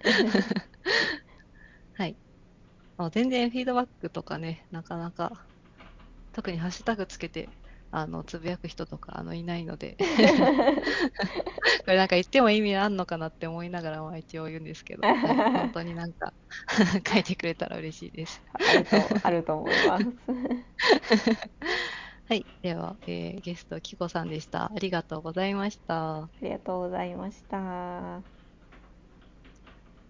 はい。もう全然フィードバックとかね、なかなか、特にハッシュタグつけて、 あのつぶやく人とかあのいないのでこれなんか言っても意味あんのかなって思いながらまあ一応言うんですけど、はい、本当になんか書いてくれたら嬉しいです。 あると、あると思います。 はい、では、えーゲストキコさんでした。ありがとうございました。 ありがとうございました。